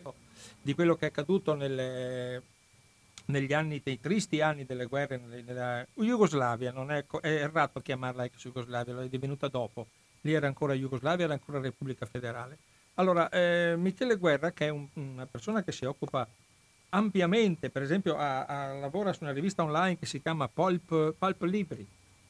ricordo di quello che è accaduto negli anni, dei tristi anni delle guerre nella Jugoslavia. Non è errato chiamarla ex Jugoslavia, lo è divenuta dopo. Lì era ancora Jugoslavia, era ancora Repubblica Federale. Allora, Michele Guerra, che è una persona che si occupa ampiamente, per esempio lavora su una rivista online che si chiama Pulp Libri,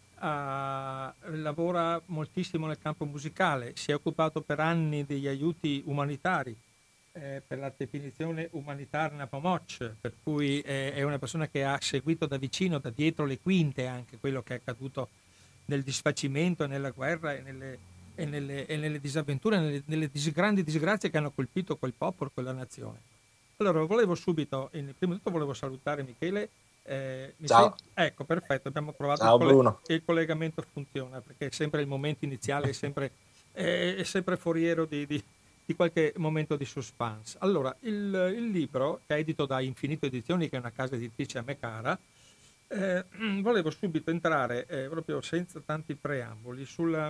lavora moltissimo nel campo musicale, si è occupato per anni degli aiuti umanitari, per la definizione umanitaria Pomoc, per cui è una persona che ha seguito da vicino, da dietro le quinte, anche quello che è accaduto nel disfacimento e nella guerra e nelle disavventure, nelle grandi disgrazie che hanno colpito quel popolo, quella nazione. Allora, volevo subito, prima di tutto volevo salutare Michele. Ciao, Ecco, perfetto, abbiamo provato ciao Bruno. il collegamento funziona, perché è sempre il momento iniziale, è sempre foriero di qualche momento di suspense. Allora, il libro, che è edito da Infinito Edizioni, che è una casa editrice a me cara, volevo subito entrare, proprio senza tanti preamboli,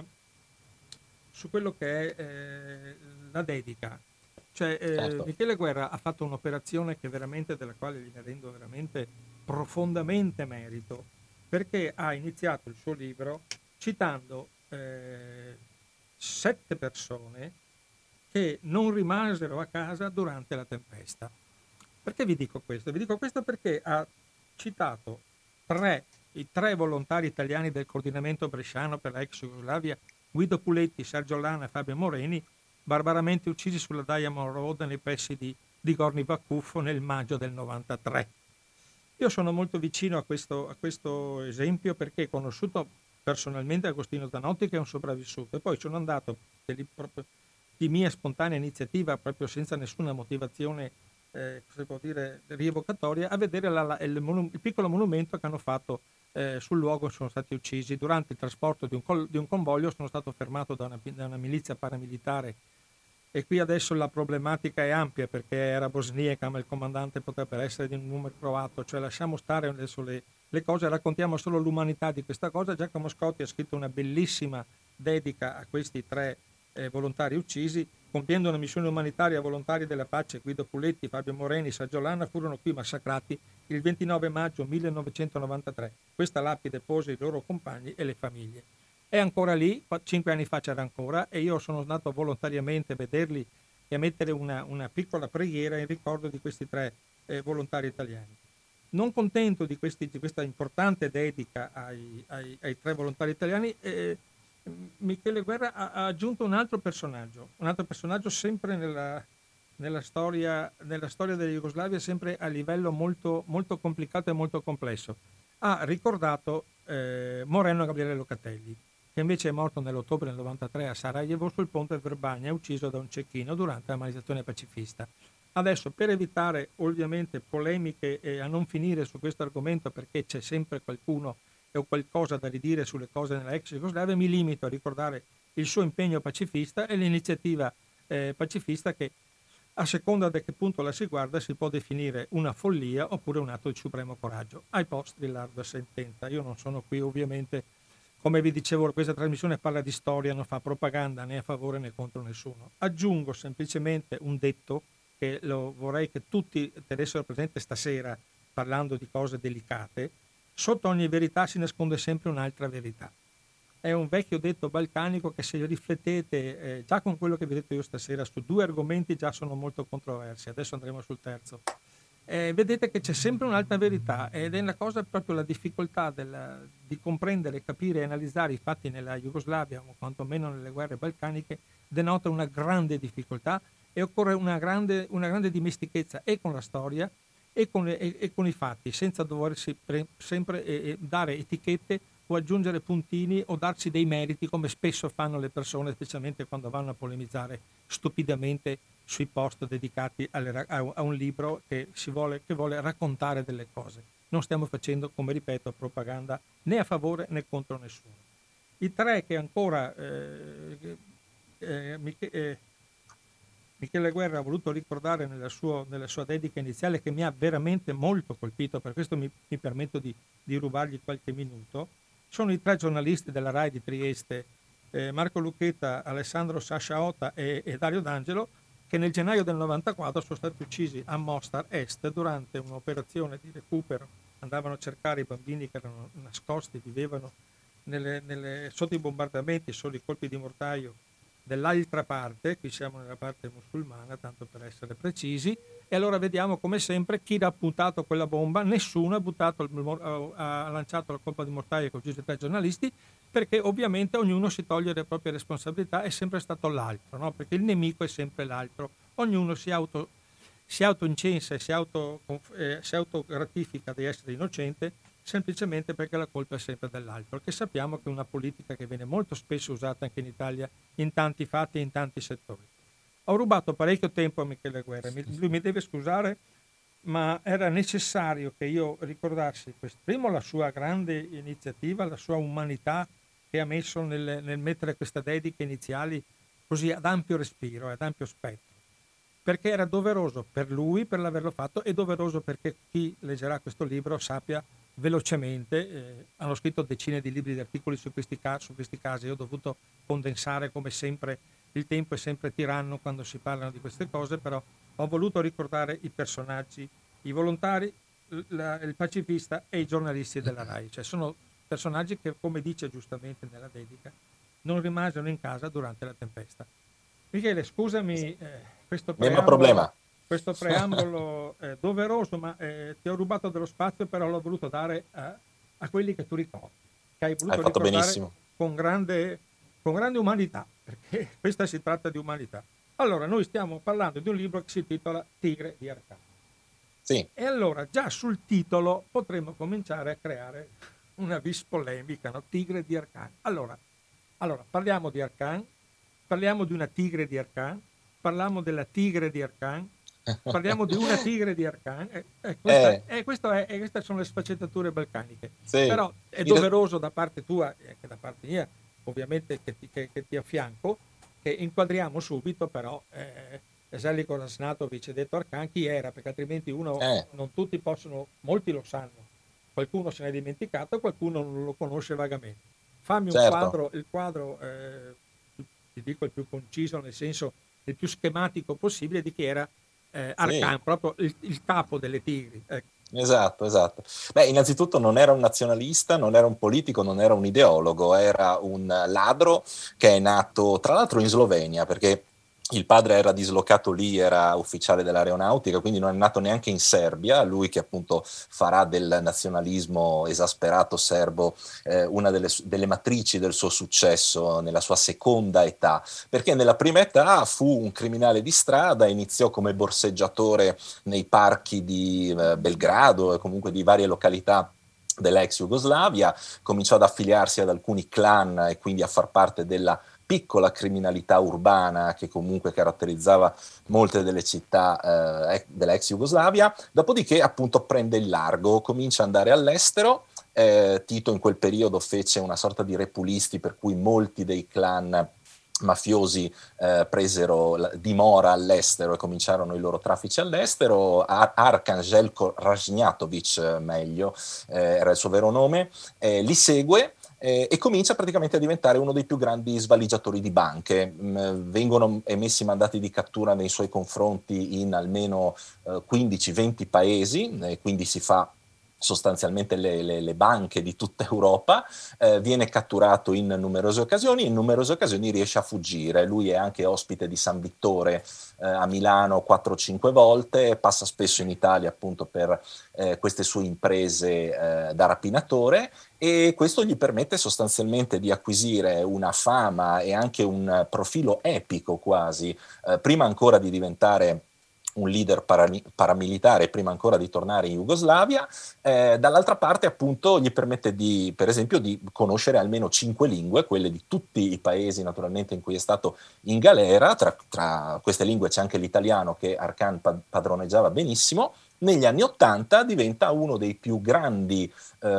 su quello che è la dedica. Cioè, Certo. Michele Guerra ha fatto un'operazione della quale gli rendo veramente profondamente merito, perché ha iniziato il suo libro citando 7 persone che non rimasero a casa durante la tempesta. Perché vi dico questo? Vi dico questo perché ha citato i tre volontari italiani del coordinamento bresciano per la ex Jugoslavia, Guido Puletti, Sergio Lana e Fabio Moreni, barbaramente uccisi sulla Diamond Road nei pressi di Gorni Vaccuffo nel maggio del 93. Io sono molto vicino a questo esempio, perché ho conosciuto personalmente Agostino Zanotti, che è un sopravvissuto, e poi sono andato di mia spontanea iniziativa, proprio senza nessuna motivazione, cosa si può dire, rievocatoria, a vedere il piccolo monumento che hanno fatto sul luogo. Sono stati uccisi durante il trasporto di un convoglio. Sono stato fermato da una milizia paramilitare, e qui adesso la problematica è ampia, perché era bosniaca, ma il comandante potrebbe essere di un numero croato. Cioè, lasciamo stare adesso le cose, raccontiamo solo l'umanità di questa cosa. Giacomo Scotti ha scritto una bellissima dedica a questi 3 volontari uccisi. Compiendo una missione umanitaria, volontari della pace Guido Puletti, Fabio Moreni, Sergio Lana furono qui massacrati il 29 maggio 1993. Questa lapide pose i loro compagni e le famiglie. È ancora lì, 5 anni fa c'era ancora, e io sono andato volontariamente a vederli e a mettere una piccola preghiera in ricordo di questi 3 volontari italiani. Non contento di questa importante dedica ai 3 volontari italiani, Michele Guerra ha aggiunto un altro personaggio sempre nella storia della Jugoslavia, sempre a livello molto, molto complicato e molto complesso. Ha ricordato Moreno Gabriele Locatelli, che invece è morto nell'ottobre del 93 a Sarajevo sul ponte Verbania, ucciso da un cecchino durante la manifestazione pacifista. Adesso, per evitare ovviamente polemiche e a non finire su questo argomento, perché c'è sempre qualcuno o qualcosa da ridire sulle cose nella ex Jugoslavia, mi limito a ricordare il suo impegno pacifista e l'iniziativa pacifista, che a seconda da che punto la si guarda si può definire una follia oppure un atto di supremo coraggio. Ai posti l'ardua sentenza. Io non sono qui ovviamente, come vi dicevo, questa trasmissione parla di storia, non fa propaganda né a favore né contro nessuno. Aggiungo semplicemente un detto che vorrei che tutti tenessero presente stasera, parlando di cose delicate. Sotto ogni verità si nasconde sempre un'altra verità. È un vecchio detto balcanico che, se riflettete già con quello che vi ho detto io stasera su 2 argomenti, già sono molto controversi. Adesso andremo sul terzo. Vedete che c'è sempre un'altra verità, ed è una cosa, proprio la difficoltà di comprendere, capire e analizzare i fatti nella Jugoslavia, o quantomeno nelle guerre balcaniche, denota una grande difficoltà, e occorre una grande dimestichezza e con la storia e con i fatti, senza doversi sempre dare etichette o aggiungere puntini o darsi dei meriti, come spesso fanno le persone, specialmente quando vanno a polemizzare stupidamente sui post dedicati a un libro che vuole raccontare delle cose. Non stiamo facendo, come ripeto, propaganda né a favore né contro nessuno. I 3 che ancora Michele Guerra ha voluto ricordare nella sua dedica iniziale, che mi ha veramente molto colpito, per questo mi permetto di rubargli qualche minuto, sono i 3 giornalisti della RAI di Trieste, Marco Lucchetta, Alessandro Sasciaota e Dario D'Angelo, che nel gennaio del 94 sono stati uccisi a Mostar Est durante un'operazione di recupero. Andavano a cercare i bambini che erano nascosti, vivevano sotto i bombardamenti, sotto i colpi di mortaio dell'altra parte. Qui siamo nella parte musulmana, tanto per essere precisi. E allora vediamo come sempre chi ha puntato quella bomba. Nessuno ha lanciato la colpa di mortaio che ha ucciso 3 giornalisti, perché ovviamente ognuno si toglie le proprie responsabilità. È sempre stato l'altro, no? Perché il nemico è sempre l'altro. Ognuno si autoincensa e si autogratifica di essere innocente, semplicemente perché la colpa è sempre dell'altro, che sappiamo che è una politica che viene molto spesso usata anche in Italia in tanti fatti e in tanti settori. Ho rubato parecchio tempo a Michele Guerra, lui mi deve scusare, ma era necessario che io ricordassi primo la sua grande iniziativa, la sua umanità che ha messo nel mettere queste dediche iniziali così ad ampio respiro, ad ampio spettro, perché era doveroso per lui, per l'averlo fatto, e doveroso perché chi leggerà questo libro sappia velocemente. Hanno scritto decine di libri di articoli su questi casi, io ho dovuto condensare, come sempre il tempo è sempre tiranno quando si parlano di queste cose, però ho voluto ricordare i personaggi, i volontari, il pacifista e i giornalisti della RAI, cioè sono personaggi che, come dice giustamente nella dedica, non rimasero in casa durante la tempesta. Michele, scusami, questo preambolo doveroso, ma ti ho rubato dello spazio, però l'ho voluto dare a quelli che tu ricordi, che hai voluto fatto ricordare benissimo. con grande umanità, perché questa si tratta di umanità. Allora, noi stiamo parlando di un libro che si intitola Tigre di Arcan. Sì. E allora già sul titolo potremmo cominciare a creare una vis polemica, no? Tigre di Arcan. Allora, parliamo di Arcan, parliamo di una tigre di Arcan, parliamo della tigre di Arcan, parliamo di una tigre di Arcan, queste sono le sfaccettature balcaniche. Sì. Però è doveroso da parte tua e anche da parte mia, ovviamente, che ti affianco, che inquadriamo subito, però Zelliko Rasnatovic, detto Arcan, chi era? Perché altrimenti non tutti molti lo sanno, qualcuno se n'è dimenticato, qualcuno non lo conosce vagamente. Fammi un quadro, il quadro, ti dico il più conciso, nel senso il più schematico possibile, di chi era Arcan, proprio il capo delle tigri. Esatto. Beh, innanzitutto non era un nazionalista, non era un politico, non era un ideologo, era un ladro che è nato tra l'altro in Slovenia, perché il padre era dislocato lì, era ufficiale dell'aeronautica, quindi non è nato neanche in Serbia. Lui che appunto farà del nazionalismo esasperato serbo una delle matrici del suo successo nella sua seconda età, perché nella prima età fu un criminale di strada, iniziò come borseggiatore nei parchi di Belgrado e comunque di varie località dell'ex Jugoslavia, cominciò ad affiliarsi ad alcuni clan e quindi a far parte della piccola criminalità urbana che comunque caratterizzava molte delle città dell'ex Jugoslavia, dopodiché appunto prende il largo, comincia ad andare all'estero. Tito in quel periodo fece una sorta di repulisti per cui molti dei clan mafiosi presero dimora all'estero e cominciarono i loro traffici all'estero. Arkan Željko Ražnjatović, meglio, era il suo vero nome, li segue e comincia praticamente a diventare uno dei più grandi svaligiatori di banche. Vengono emessi mandati di cattura nei suoi confronti in almeno 15-20 paesi, quindi si fa sostanzialmente le banche di tutta Europa. Viene catturato in numerose occasioni e in numerose occasioni riesce a fuggire. Lui è anche ospite di San Vittore a Milano 4-5 volte, passa spesso in Italia appunto per queste sue imprese da rapinatore, e questo gli permette sostanzialmente di acquisire una fama e anche un profilo epico quasi, prima ancora di diventare un leader paramilitare, prima ancora di tornare in Jugoslavia. Dall'altra parte appunto gli permette per esempio di conoscere almeno 5 lingue, quelle di tutti i paesi naturalmente in cui è stato in galera. Tra queste lingue c'è anche l'italiano, che Arkan padroneggiava benissimo. Negli anni *80 diventa uno dei più grandi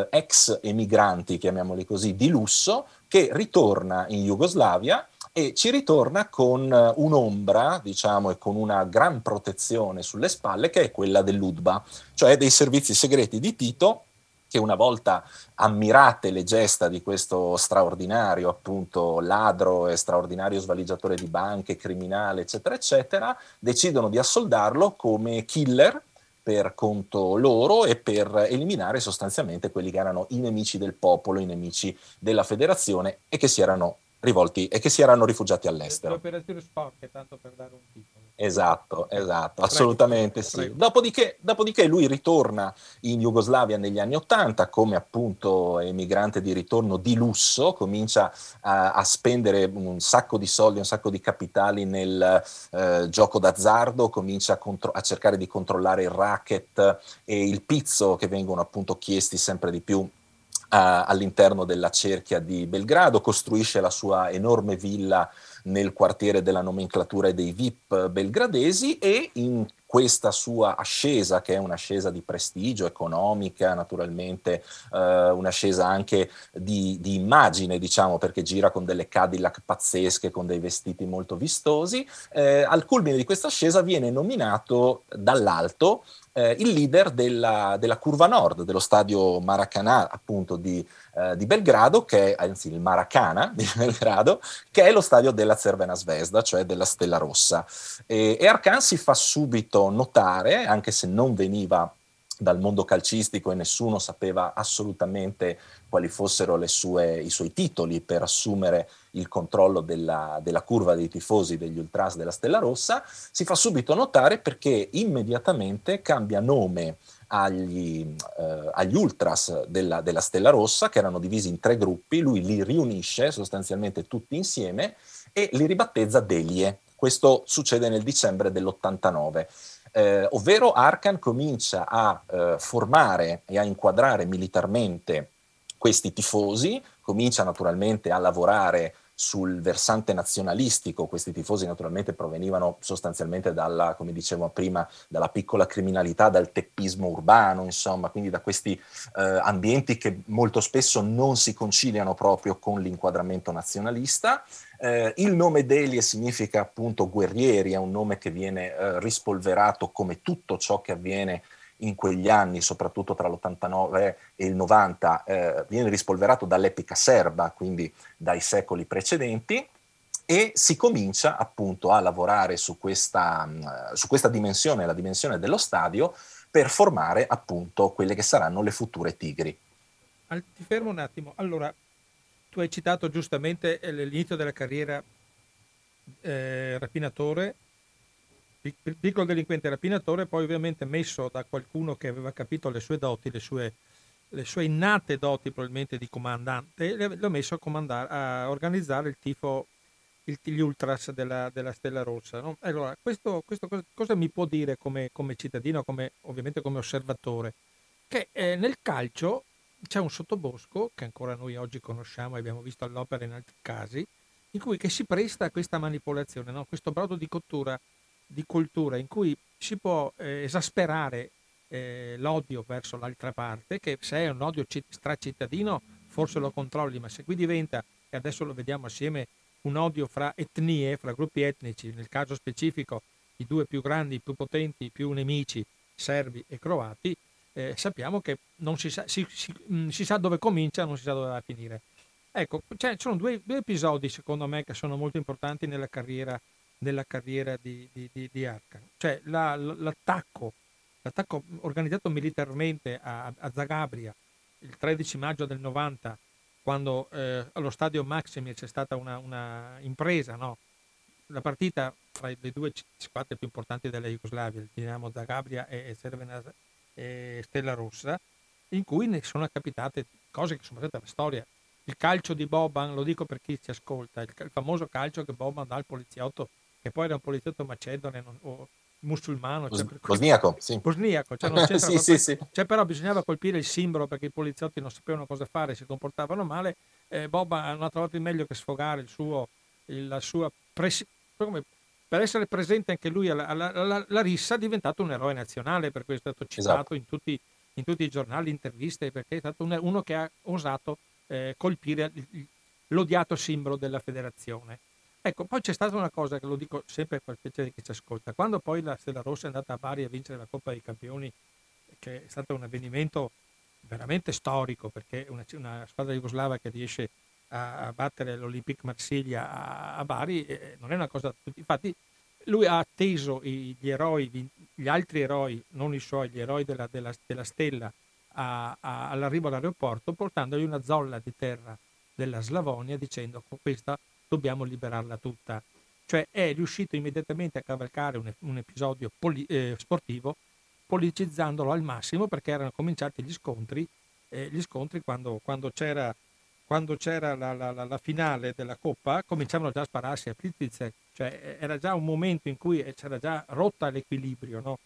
ex emigranti, chiamiamoli così, di lusso, che ritorna in Jugoslavia e ci ritorna con un'ombra, diciamo, e con una gran protezione sulle spalle, che è quella dell'UDBA, cioè dei servizi segreti di Tito, che una volta ammirate le gesta di questo straordinario appunto ladro e straordinario svaligiatore di banche, criminale, eccetera, eccetera, decidono di assoldarlo come killer per conto loro e per eliminare sostanzialmente quelli che erano i nemici del popolo, i nemici della federazione e che si erano rivolti e che si erano rifugiati Le all'estero. operazioni sporche, tanto per dare un titolo. Esatto, Ok, esatto, prego, assolutamente sì. prego. Dopodiché lui ritorna in Jugoslavia negli anni Ottanta come appunto emigrante di ritorno di lusso, comincia a spendere un sacco di soldi, un sacco di capitali nel gioco d'azzardo, comincia a cercare di controllare il racket e il pizzo che vengono appunto chiesti sempre di più all'interno della cerchia di Belgrado, costruisce la sua enorme villa nel quartiere della nomenclatura e dei VIP belgradesi e in questa sua ascesa, che è un'ascesa di prestigio economica, naturalmente un'ascesa anche di immagine, diciamo, perché gira con delle Cadillac pazzesche, con dei vestiti molto vistosi, al culmine di questa ascesa viene nominato dall'alto il leader della curva nord, dello stadio Maracanã, appunto di Belgrado, che è, anzi il Maracana di Belgrado, che è lo stadio della Crvena Zvezda, cioè della Stella Rossa. E Arkan si fa subito notare, anche se non veniva dal mondo calcistico e nessuno sapeva assolutamente quali fossero i suoi titoli per assumere il controllo della curva dei tifosi degli ultras della Stella Rossa, si fa subito notare perché immediatamente cambia nome agli ultras della Stella Rossa, che erano divisi in 3 gruppi, lui li riunisce sostanzialmente tutti insieme e li ribattezza Delie. Questo succede nel dicembre dell'89. Ovvero Arkan comincia a formare e a inquadrare militarmente questi tifosi, comincia naturalmente a lavorare sul versante nazionalistico. Questi tifosi naturalmente provenivano sostanzialmente dalla, come dicevo prima, dalla piccola criminalità, dal teppismo urbano, insomma, quindi da questi ambienti che molto spesso non si conciliano proprio con l'inquadramento nazionalista. Il nome Delie significa appunto guerrieri, è un nome che viene rispolverato come tutto ciò che avviene in quegli anni, soprattutto tra l'89 e il 90, viene rispolverato dall'epica serba, quindi dai secoli precedenti, e si comincia appunto a lavorare su questa dimensione, la dimensione dello stadio, per formare appunto quelle che saranno le future Tigri. Ti fermo un attimo. Allora, tu hai citato giustamente l'inizio della carriera rapinatore, piccolo delinquente rapinatore, poi ovviamente messo da qualcuno che aveva capito le sue doti, le sue innate doti probabilmente di comandante, l'ho messo a organizzare il tifo, gli ultras della Stella Rossa. No? Allora, questo cosa mi può dire come cittadino, ovviamente come osservatore? Che nel calcio c'è un sottobosco che ancora noi oggi conosciamo e abbiamo visto all'opera in altri casi, in cui che si presta a questa manipolazione, no? Questo brodo di cultura in cui si può esasperare l'odio verso l'altra parte, che se è un odio stracittadino forse lo controlli, ma se qui diventa, e adesso lo vediamo assieme, un odio fra etnie, fra gruppi etnici, nel caso specifico i due più grandi, più potenti, più nemici, serbi e croati, sappiamo che non si sa dove comincia, non si sa dove va a finire. Ecco, sono due episodi secondo me che sono molto importanti nella carriera di Arkan. Cioè l'attacco organizzato militarmente a Zagabria il 13 maggio del 90, quando allo stadio Maximir c'è stata una impresa, no? La partita tra le due squadre più importanti della Jugoslavia, il Dinamo Zagabria e Crvena e Stella Rossa, in cui ne sono capitate cose che sono state la storia. Il calcio di Boban, lo dico per chi ci ascolta, il famoso calcio che Boban dà al poliziotto, che poi era un poliziotto macedone o musulmano, cioè per cui, Bosniaco, sì. bosniaco, cioè non c'entra sì, proprio, sì, sì. cioè però bisognava colpire il simbolo perché i poliziotti non sapevano cosa fare, si comportavano male. Boban non ha trovato il meglio che sfogare la sua per essere presente anche lui alla rissa, è diventato un eroe nazionale, per cui è stato citato Esatto. in tutti i giornali, interviste, perché è stato uno che ha osato colpire l'odiato simbolo della federazione. Ecco, poi c'è stata una cosa che lo dico sempre per piacere che ci ascolta. Quando poi la Stella Rossa è andata a Bari a vincere la Coppa dei Campioni, che è stato un avvenimento veramente storico, perché una squadra jugoslava che riesce a battere l'Olympique Marsiglia a Bari non è una cosa. Infatti lui ha atteso gli eroi, gli altri eroi, non i suoi, gli eroi della stella all'arrivo all'aeroporto, portandogli una zolla di terra della Slavonia dicendo: con questa dobbiamo liberarla tutta. Cioè è riuscito immediatamente a cavalcare un episodio sportivo, politizzandolo al massimo, perché erano cominciati gli scontri quando c'era la finale della Coppa, cominciavano già a spararsi a Plitvice, cioè era già un momento in cui c'era già rotta l'equilibrio, no?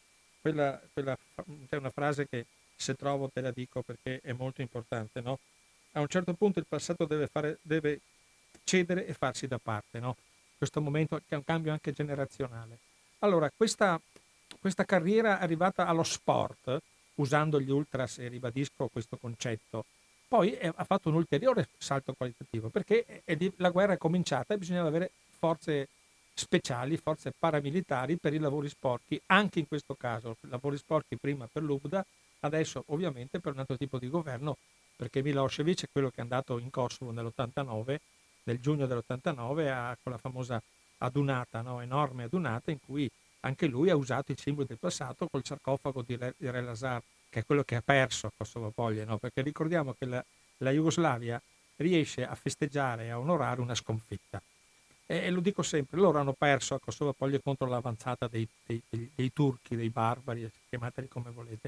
C'è una frase che, se trovo, te la dico perché è molto importante, no? A un certo punto il passato deve cedere e farsi da parte, no? Questo momento che è un cambio anche generazionale. Allora, questa carriera è arrivata allo sport, usando gli ultras, e ribadisco questo concetto, poi ha fatto un ulteriore salto qualitativo, perché la guerra è cominciata e bisognava avere forze speciali, forze paramilitari per i lavori sporchi, anche in questo caso lavori sporchi prima per l'UBDA, adesso ovviamente per un altro tipo di governo, perché Milosevic è quello che è andato in Kosovo nell'89, nel giugno dell'89, con la famosa adunata, no? Enorme adunata, in cui anche lui ha usato i simboli del passato, col sarcofago di Re Lazar, che è quello che ha perso a Kosovo Poglie, no? Perché ricordiamo che la Jugoslavia riesce a festeggiare e a onorare una sconfitta. E lo dico sempre, loro hanno perso a Kosovo Poglie contro l'avanzata dei turchi, dei barbari, chiamateli come volete,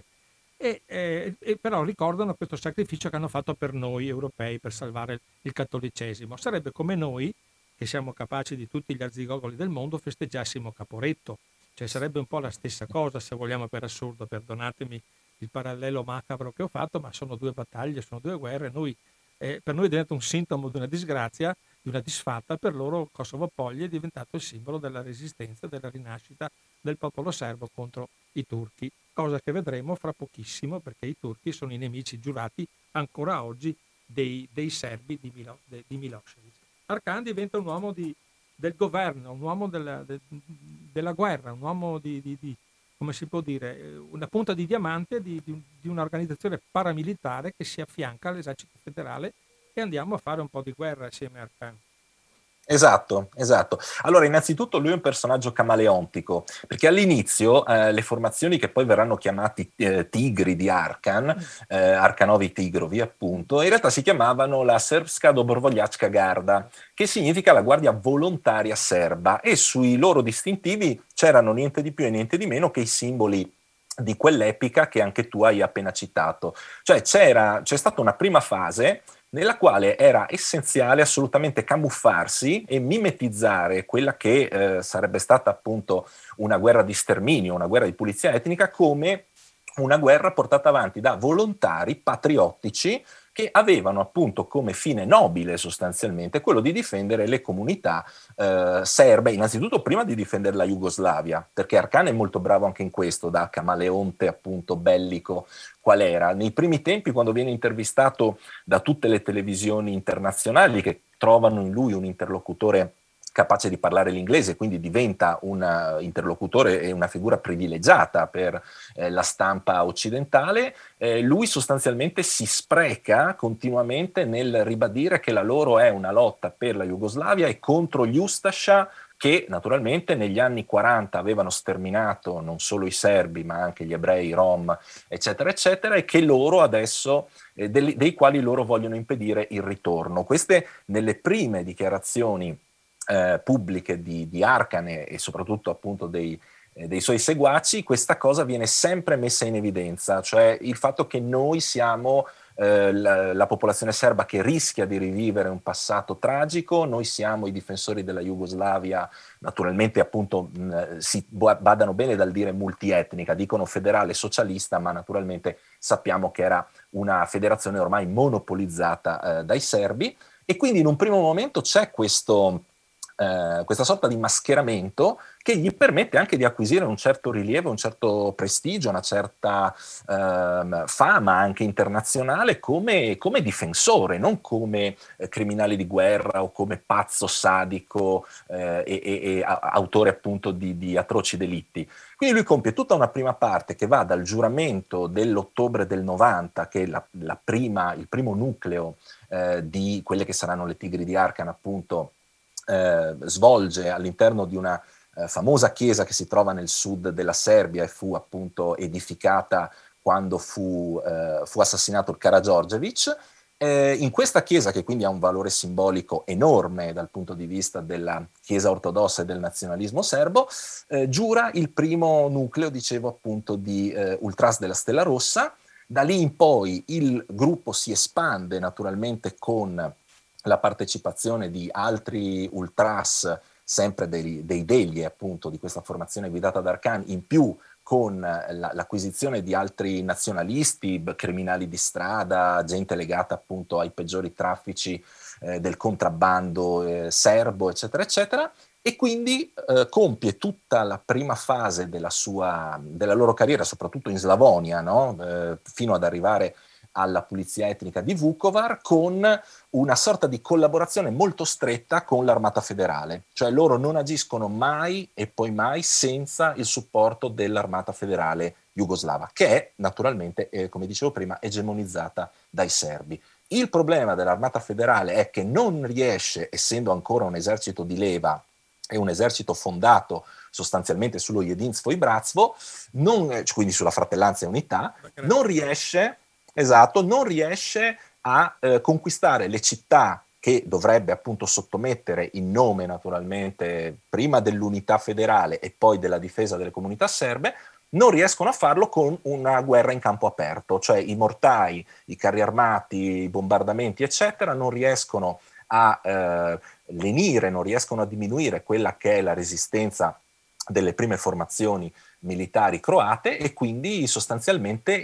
e però ricordano questo sacrificio che hanno fatto per noi europei per salvare il cattolicesimo. Sarebbe come noi, che siamo capaci di tutti gli arzigogoli del mondo, festeggiassimo Caporetto. Cioè sarebbe un po' la stessa cosa, se vogliamo, per assurdo, perdonatemi il parallelo macabro che ho fatto, ma sono due battaglie, sono due guerre. Per noi è diventato un sintomo di una disgrazia, di una disfatta. Per loro Kosovo Poglie è diventato il simbolo della resistenza, della rinascita del popolo serbo contro i turchi, cosa che vedremo fra pochissimo, perché i turchi sono i nemici giurati ancora oggi dei serbi di Milosevic. Arkan diventa un uomo del governo, un uomo della guerra, un uomo come si può dire, una punta di diamante di un'organizzazione paramilitare che si affianca all'esercito federale, e andiamo a fare un po' di guerra assieme a Arkan. Esatto, esatto. Allora, innanzitutto lui è un personaggio camaleontico, perché all'inizio le formazioni che poi verranno chiamati Tigri di Arkan, Arkanovi Tigrovi appunto, in realtà si chiamavano la Srpska Dobrovoljačka Garda, che significa la guardia volontaria serba, e sui loro distintivi c'erano niente di più e niente di meno che i simboli di quell'epica che anche tu hai appena citato. Cioè c'è stata una prima fase nella quale era essenziale assolutamente camuffarsi e mimetizzare quella che sarebbe stata appunto una guerra di sterminio, una guerra di pulizia etnica, come una guerra portata avanti da volontari patriottici che avevano appunto come fine nobile sostanzialmente quello di difendere le comunità serbe, innanzitutto prima di difendere la Jugoslavia, perché Arkan è molto bravo anche in questo, da camaleonte appunto bellico qual era. Nei primi tempi, quando viene intervistato da tutte le televisioni internazionali che trovano in lui un interlocutore capace di parlare l'inglese, quindi diventa un interlocutore e una figura privilegiata per la stampa occidentale, lui sostanzialmente si spreca continuamente nel ribadire che la loro è una lotta per la Jugoslavia e contro gli Ustascia, che naturalmente negli anni 40 avevano sterminato non solo i serbi ma anche gli ebrei, i rom, eccetera, eccetera, e che loro adesso, dei quali loro vogliono impedire il ritorno. Queste nelle prime dichiarazioni pubbliche di Arkan e soprattutto appunto dei suoi seguaci, questa cosa viene sempre messa in evidenza, cioè il fatto che noi siamo la popolazione serba che rischia di rivivere un passato tragico, noi siamo i difensori della Jugoslavia, naturalmente appunto si badano bene dal dire multietnica, dicono federale socialista, ma naturalmente sappiamo che era una federazione ormai monopolizzata dai serbi, e quindi in un primo momento c'è questo questa sorta di mascheramento che gli permette anche di acquisire un certo rilievo, un certo prestigio, una certa fama anche internazionale come difensore, non come criminale di guerra o come pazzo sadico e autore appunto di atroci delitti. Quindi lui compie tutta una prima parte che va dal giuramento dell'ottobre del 90, che è il primo nucleo di quelle che saranno le Tigri di Arkan, appunto, svolge all'interno di una famosa chiesa che si trova nel sud della Serbia e fu appunto edificata quando fu assassinato il Karađorđević. In questa chiesa, che quindi ha un valore simbolico enorme dal punto di vista della chiesa ortodossa e del nazionalismo serbo, giura il primo nucleo, dicevo appunto, di Ultras della Stella Rossa. Da lì in poi il gruppo si espande naturalmente con la partecipazione di altri ultras, sempre dei degli appunto di questa formazione guidata da Arkan, in più con l'acquisizione di altri nazionalisti, criminali di strada, gente legata appunto ai peggiori traffici del contrabbando serbo, eccetera, eccetera, e quindi compie tutta la prima fase della loro carriera, soprattutto in Slavonia, no? Fino ad arrivare alla pulizia etnica di Vukovar, con una sorta di collaborazione molto stretta con l'Armata Federale, cioè loro non agiscono mai e poi mai senza il supporto dell'Armata Federale jugoslava, che è naturalmente, come dicevo prima, egemonizzata dai serbi. Il problema dell'Armata Federale è che non riesce, essendo ancora un esercito di leva e un esercito fondato sostanzialmente sullo Jedinstvo i Bratstvo, quindi sulla fratellanza e unità, non riesce a conquistare le città che dovrebbe appunto sottomettere in nome naturalmente prima dell'unità federale e poi della difesa delle comunità serbe. Non riescono a farlo con una guerra in campo aperto, cioè i mortai, i carri armati, i bombardamenti eccetera non riescono a lenire, non riescono a diminuire quella che è la resistenza delle prime formazioni militari croate, e quindi sostanzialmente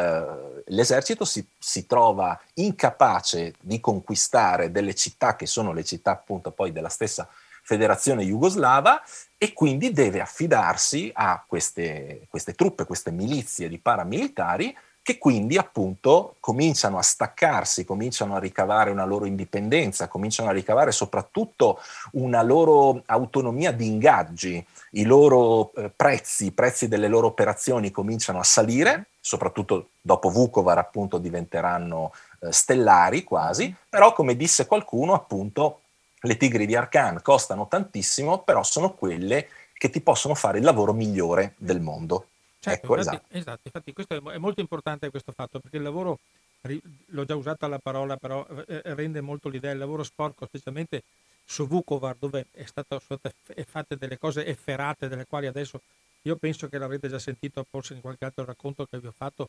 l'esercito si trova incapace di conquistare delle città che sono le città appunto poi della stessa federazione jugoslava, e quindi deve affidarsi a queste truppe, queste milizie di paramilitari, che quindi appunto cominciano a staccarsi, cominciano a ricavare una loro indipendenza, cominciano a ricavare soprattutto una loro autonomia di ingaggi. I loro i prezzi delle loro operazioni cominciano a salire, soprattutto dopo Vukovar appunto diventeranno stellari quasi, però come disse qualcuno appunto le Tigri di Arkan costano tantissimo, però sono quelle che ti possono fare il lavoro migliore del mondo. Certo, Ecco, infatti questo è molto importante questo fatto, perché il lavoro, l'ho già usata la parola, però rende molto l'idea, il lavoro sporco, specialmente su Vukovar, dove sono state fatte delle cose efferate, delle quali adesso io penso che l'avrete già sentito forse in qualche altro racconto che vi ho fatto.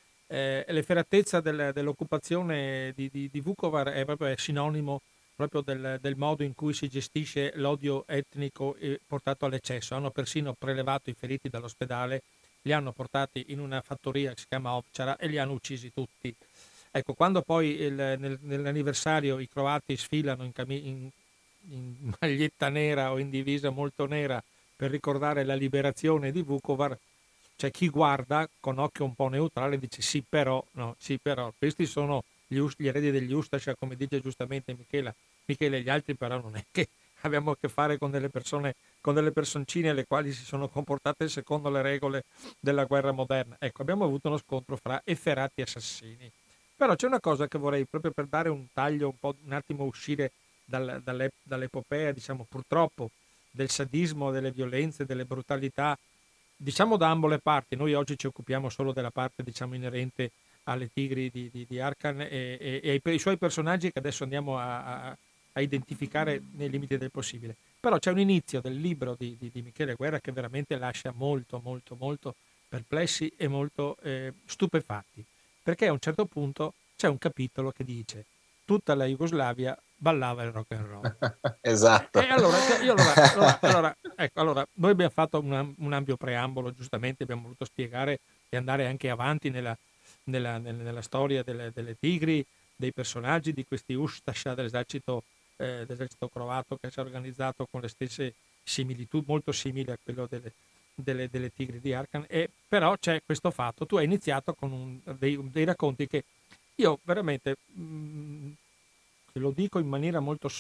L'efferatezza dell'occupazione di Vukovar è sinonimo proprio del modo in cui si gestisce l'odio etnico portato all'eccesso. Hanno persino prelevato i feriti dall'ospedale, li hanno portati in una fattoria che si chiama Ovčara e li hanno uccisi tutti. Ecco, quando poi nell'anniversario i croati sfilano in maglietta nera o in divisa molto nera per ricordare la liberazione di Vukovar, c'è chi guarda con occhio un po' neutrale e dice sì però, questi sono gli eredi degli Ustascia, come dice giustamente Michele, gli altri però non è che abbiamo a che fare con delle persone, con delle personcine le quali si sono comportate secondo le regole della guerra moderna. Ecco, abbiamo avuto uno scontro fra efferati assassini. Però c'è una cosa che vorrei, proprio per dare un taglio, un attimo uscire dall'epopea, diciamo purtroppo, del sadismo, delle violenze, delle brutalità, diciamo da ambo le parti. Noi oggi ci occupiamo solo della parte, diciamo, inerente alle Tigri di Arkan e ai suoi personaggi, che adesso andiamo a identificare nei limiti del possibile. Però c'è un inizio del libro di Michele Guerra che veramente lascia molto, molto, molto perplessi e molto stupefatti, perché a un certo punto c'è un capitolo che dice tutta la Jugoslavia ballava il rock and roll. Esatto. E allora, noi abbiamo fatto un ampio preambolo, giustamente abbiamo voluto spiegare e andare anche avanti nella storia delle Tigri, dei personaggi di questi Ustascia dell'esercito dell'esercito croato, che si è organizzato con le stesse similitudini, molto simili a quello delle Tigri di Arkan, e però c'è questo fatto: tu hai iniziato con dei racconti che io veramente, te lo dico in maniera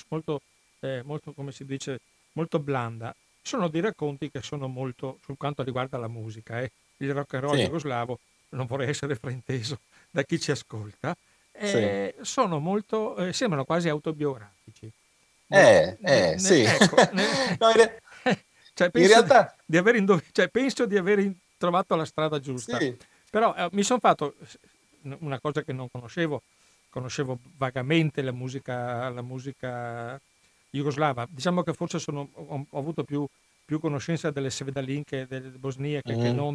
molto, come si dice, molto blanda, sono dei racconti che sono molto, su quanto riguarda la musica, il rock and roll Sì, jugoslavo, non vorrei essere frainteso da chi ci ascolta, sì. sono molto, sembrano quasi autobiografici. Nel- Sì. ecco, No, cioè in penso realtà, penso di aver trovato la strada giusta, sì, però mi sono fatto una cosa che non conoscevo vagamente la musica jugoslava. Diciamo che forse ho avuto più conoscenza delle Sevedalinke, delle bosniache, che mhm. non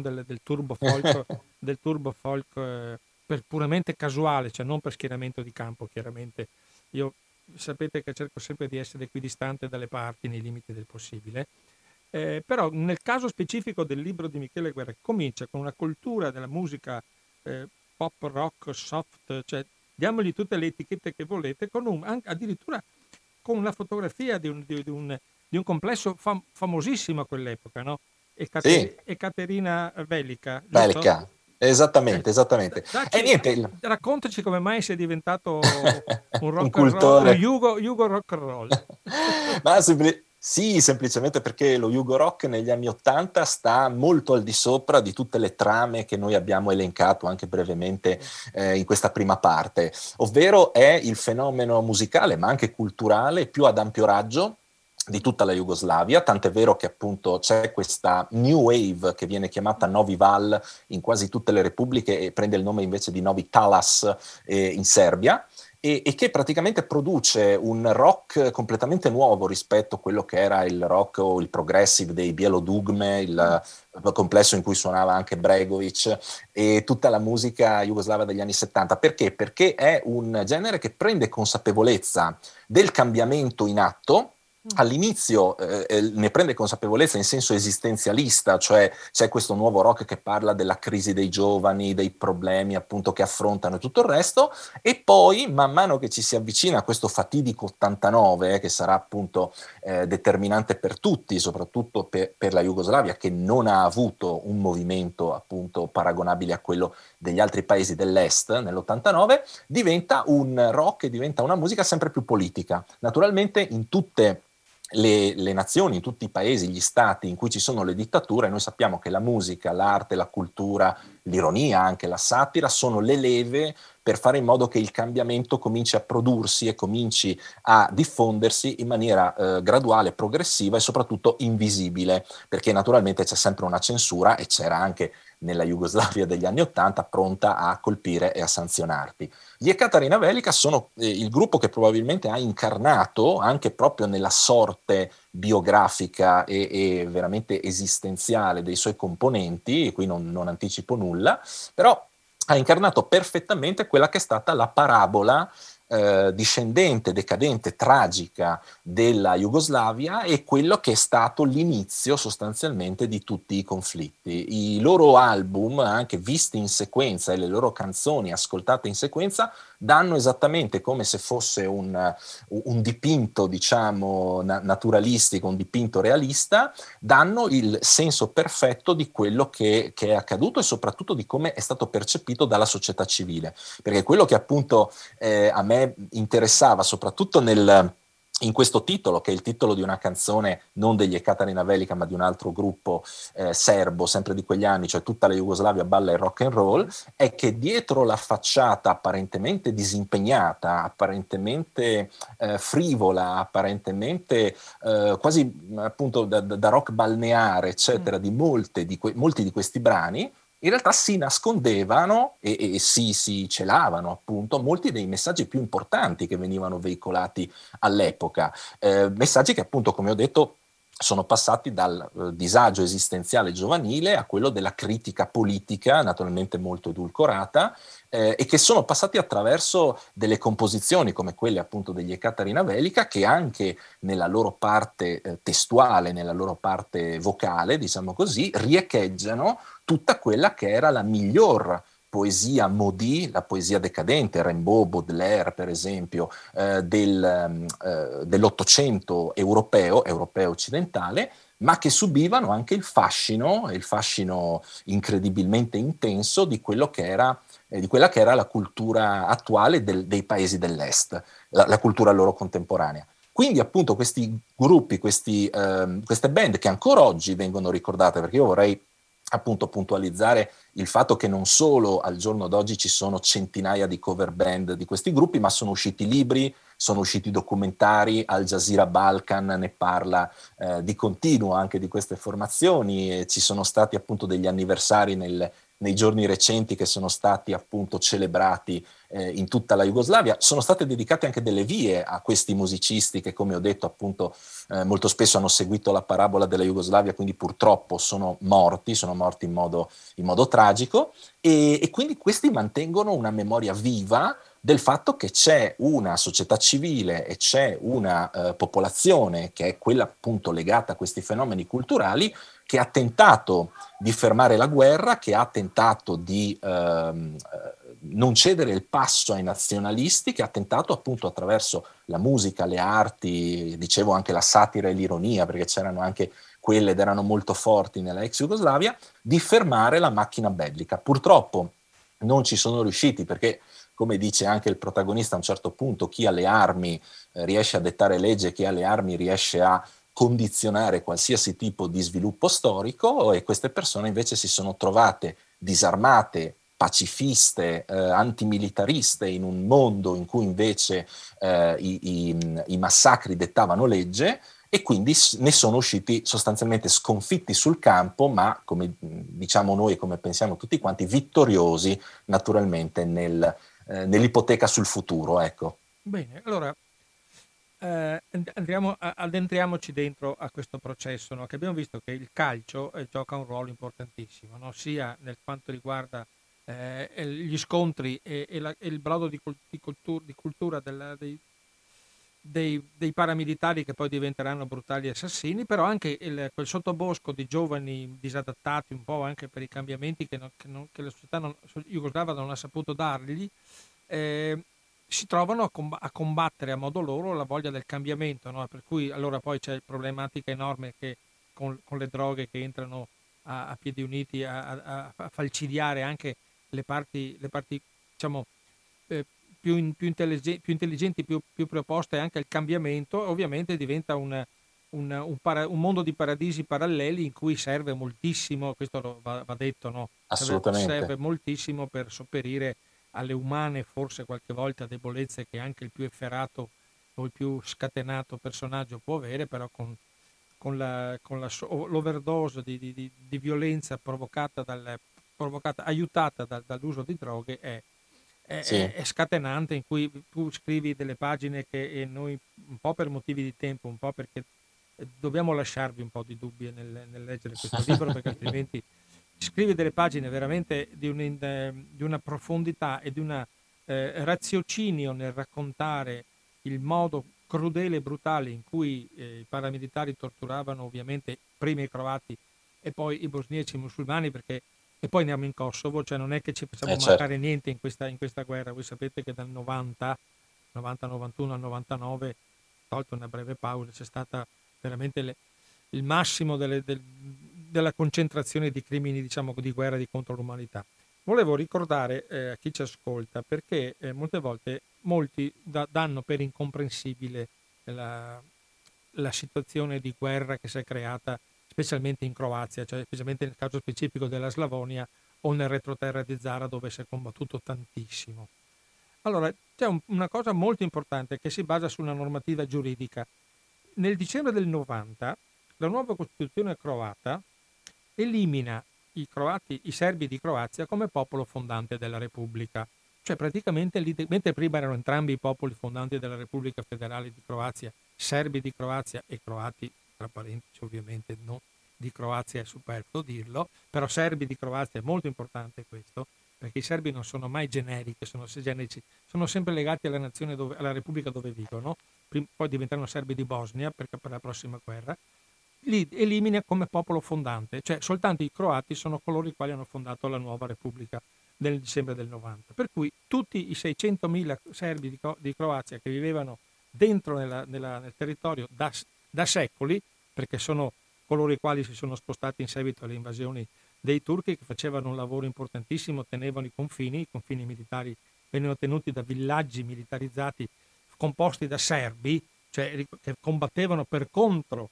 del turbo folk per puramente casuale, cioè non per schieramento di campo, chiaramente. Io sapete che cerco sempre di essere equidistante dalle parti nei limiti del possibile. Però nel caso specifico del libro di Michele Guerra, comincia con una cultura della musica pop, rock, soft, cioè diamogli tutte le etichette che volete, addirittura con una fotografia di un complesso famosissimo a quell'epoca, no? Sì, Ekaterina Velica, giusto? Belka, esattamente, esattamente. E Dacci, niente, raccontaci come mai sei diventato un un rock and roll, un cultore. Yugo rock and roll. Ma sì, semplicemente perché lo Yugo Rock negli anni '80 sta molto al di sopra di tutte le trame che noi abbiamo elencato anche brevemente in questa prima parte, ovvero è il fenomeno musicale ma anche culturale più ad ampio raggio di tutta la Jugoslavia, tant'è vero che appunto c'è questa new wave che viene chiamata Novi Val in quasi tutte le repubbliche e prende il nome invece di Novi Talas in Serbia, e che praticamente produce un rock completamente nuovo rispetto a quello che era il rock o il progressive dei Bielodugme, il complesso in cui suonava anche Bregovic e tutta la musica jugoslava degli anni '70. Perché? Perché è un genere che prende consapevolezza del cambiamento in atto. All'inizio ne prende consapevolezza in senso esistenzialista, cioè c'è questo nuovo rock che parla della crisi dei giovani, dei problemi appunto che affrontano e tutto il resto, e poi man mano che ci si avvicina a questo fatidico 89, che sarà appunto determinante per tutti, soprattutto per la Jugoslavia, che non ha avuto un movimento appunto paragonabile a quello degli altri paesi dell'est nell'89, diventa un rock e diventa una musica sempre più politica. Naturalmente in tutte le nazioni, in tutti i paesi, gli stati in cui ci sono le dittature, noi sappiamo che la musica, l'arte, la cultura, l'ironia, anche la satira, sono le leve per fare in modo che il cambiamento cominci a prodursi e cominci a diffondersi in maniera graduale, progressiva e soprattutto invisibile, perché naturalmente c'è sempre una censura e c'era anche nella Jugoslavia degli anni '80 pronta a colpire e a sanzionarti. Gli Ekaterina Velica sono il gruppo che probabilmente ha incarnato anche proprio nella sorte biografica e veramente esistenziale dei suoi componenti, e qui non anticipo nulla, però ha incarnato perfettamente quella che è stata la parabola discendente, decadente, tragica della Jugoslavia e quello che è stato l'inizio sostanzialmente di tutti i conflitti. I loro album, anche visti in sequenza, e le loro canzoni ascoltate in sequenza, danno esattamente come se fosse un dipinto, diciamo, naturalistico, un dipinto realista, danno il senso perfetto di quello che è accaduto e soprattutto di come è stato percepito dalla società civile. Perché quello che appunto a me interessava, soprattutto in questo titolo, che è il titolo di una canzone non degli Ekaterina Velica, ma di un altro gruppo serbo, sempre di quegli anni, cioè tutta la Jugoslavia balla il rock and roll, è che dietro la facciata apparentemente disimpegnata, apparentemente frivola, apparentemente quasi appunto da rock balneare, eccetera, di molti di questi brani, in realtà si nascondevano e si celavano appunto molti dei messaggi più importanti che venivano veicolati all'epoca, messaggi che appunto, come ho detto, sono passati dal disagio esistenziale giovanile a quello della critica politica, naturalmente molto edulcorata, e che sono passati attraverso delle composizioni come quelle appunto degli Ekaterina Velica, che anche nella loro parte testuale, nella loro parte vocale, diciamo così, riecheggiano tutta quella che era la miglior poesia maudit, la poesia decadente, Rimbaud, Baudelaire per esempio, dell'Ottocento europeo occidentale, ma che subivano anche il fascino incredibilmente intenso di quello che era, di quella che era la cultura attuale dei paesi dell'Est, la cultura loro contemporanea. Quindi appunto questi gruppi, queste band che ancora oggi vengono ricordate, perché io vorrei appunto puntualizzare il fatto che non solo al giorno d'oggi ci sono centinaia di cover band di questi gruppi, ma sono usciti libri, sono usciti documentari, Al Jazeera Balkan ne parla di continuo anche di queste formazioni, e ci sono stati appunto degli anniversari nei giorni recenti che sono stati appunto celebrati in tutta la Jugoslavia. Sono state dedicate anche delle vie a questi musicisti che, come ho detto, appunto molto spesso hanno seguito la parabola della Jugoslavia, quindi purtroppo sono morti in modo tragico, e quindi questi mantengono una memoria viva del fatto che c'è una società civile e c'è una popolazione che è quella appunto legata a questi fenomeni culturali, che ha tentato di fermare la guerra, che ha tentato di non cedere il passo ai nazionalisti, che ha tentato appunto attraverso la musica, le arti, dicevo anche la satira e l'ironia, perché c'erano anche quelle ed erano molto forti nella ex Jugoslavia, di fermare la macchina bellica. Purtroppo non ci sono riusciti, perché come dice anche il protagonista a un certo punto, chi ha le armi riesce a dettare legge, chi ha le armi riesce a condizionare qualsiasi tipo di sviluppo storico, e queste persone invece si sono trovate disarmate, pacifiste, antimilitariste, in un mondo in cui invece i massacri dettavano legge, e quindi ne sono usciti sostanzialmente sconfitti sul campo, ma come diciamo noi e come pensiamo tutti quanti, vittoriosi naturalmente nell'ipoteca sul futuro, ecco. Bene, allora addentriamoci dentro a questo processo, no? Che abbiamo visto che il calcio gioca un ruolo importantissimo, no? Sia nel quanto riguarda gli scontri e il brodo di cultura dei paramilitari che poi diventeranno brutali assassini, però anche quel sottobosco di giovani disadattati un po' anche per i cambiamenti che la società jugoslava non ha saputo dargli, si trovano a combattere a modo loro la voglia del cambiamento, no? Per cui allora poi c'è problematica enorme che con le droghe che entrano a piedi uniti a falcidiare anche le parti diciamo più intelligenti, più preposte anche al cambiamento. Ovviamente diventa un mondo di paradisi paralleli in cui serve moltissimo, questo va detto, no? Serve Assolutamente. moltissimo per sopperire alle umane, forse qualche volta, debolezze che anche il più efferato o il più scatenato personaggio può avere, però con l'overdose di violenza aiutata dall'uso di droghe Sì. è scatenante, in cui tu scrivi delle pagine che noi, un po' per motivi di tempo, un po' perché dobbiamo lasciarvi un po' di dubbi nel leggere questo libro, perché altrimenti scrivi delle pagine veramente di una profondità e di una raziocinio nel raccontare il modo crudele e brutale in cui i paramilitari torturavano ovviamente prima i croati e poi i bosniaci musulmani, perché e poi andiamo in Kosovo, cioè non è che ci facciamo Certo. mancare niente in questa guerra. Voi sapete che dal 91 al 99, tolto una breve pausa, c'è stata veramente il massimo della concentrazione di crimini, diciamo, di guerra contro l'umanità. Volevo ricordare a chi ci ascolta, perché molte volte molti danno per incomprensibile la situazione di guerra che si è creata specialmente in Croazia, cioè specialmente nel caso specifico della Slavonia o nel retroterra di Zara, dove si è combattuto tantissimo. Allora, c'è una cosa molto importante che si basa su una normativa giuridica. Nel dicembre del 90 la nuova Costituzione croata elimina i serbi di Croazia come popolo fondante della Repubblica. Cioè praticamente, mentre prima erano entrambi i popoli fondanti della Repubblica Federale di Croazia, serbi di Croazia e croati, tra parentesi ovviamente, no, di Croazia è superfluo dirlo, però serbi di Croazia è molto importante questo, perché i serbi non sono mai generici, sono sempre legati alla nazione alla Repubblica dove vivono, poi diventeranno serbi di Bosnia per la prossima guerra. Li elimina come popolo fondante, cioè soltanto i croati sono coloro i quali hanno fondato la nuova Repubblica nel dicembre del 90. Per cui tutti i 600.000 serbi di Croazia che vivevano dentro nel territorio da secoli, perché sono coloro i quali si sono spostati in seguito alle invasioni dei turchi, che facevano un lavoro importantissimo, tenevano i confini militari venivano tenuti da villaggi militarizzati composti da serbi, cioè che combattevano per contro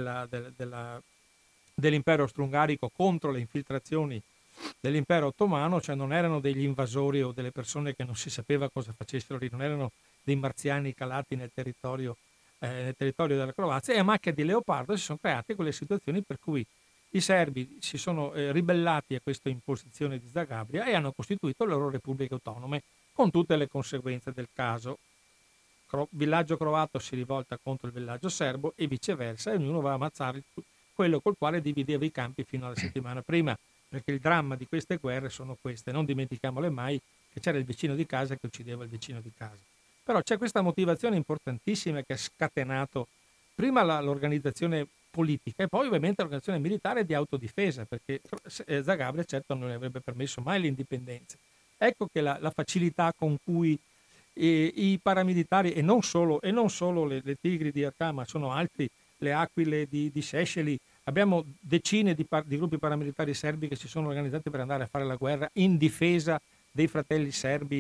dell'impero austro-ungarico contro le infiltrazioni dell'impero ottomano, cioè non erano degli invasori o delle persone che non si sapeva cosa facessero lì, non erano dei marziani calati nel territorio della Croazia, e a macchia di leopardo si sono create quelle situazioni per cui i serbi si sono ribellati a questa imposizione di Zagabria e hanno costituito le loro repubbliche autonome, con tutte le conseguenze del caso. Villaggio croato si rivolta contro il villaggio serbo e viceversa, e ognuno va a ammazzare quello col quale divideva i campi fino alla settimana prima, perché il dramma di queste guerre sono queste, non dimentichiamole mai, che c'era il vicino di casa che uccideva il vicino di casa. Però c'è questa motivazione importantissima che ha scatenato prima l'organizzazione politica e poi ovviamente l'organizzazione militare di autodifesa, perché Zagabria certo non ne avrebbe permesso mai l'indipendenza. Ecco che la facilità con cui i paramilitari, e non solo le Tigri di Arca, ma sono altri, le Aquile di Seceli, abbiamo decine di gruppi paramilitari serbi che si sono organizzati per andare a fare la guerra in difesa dei fratelli serbi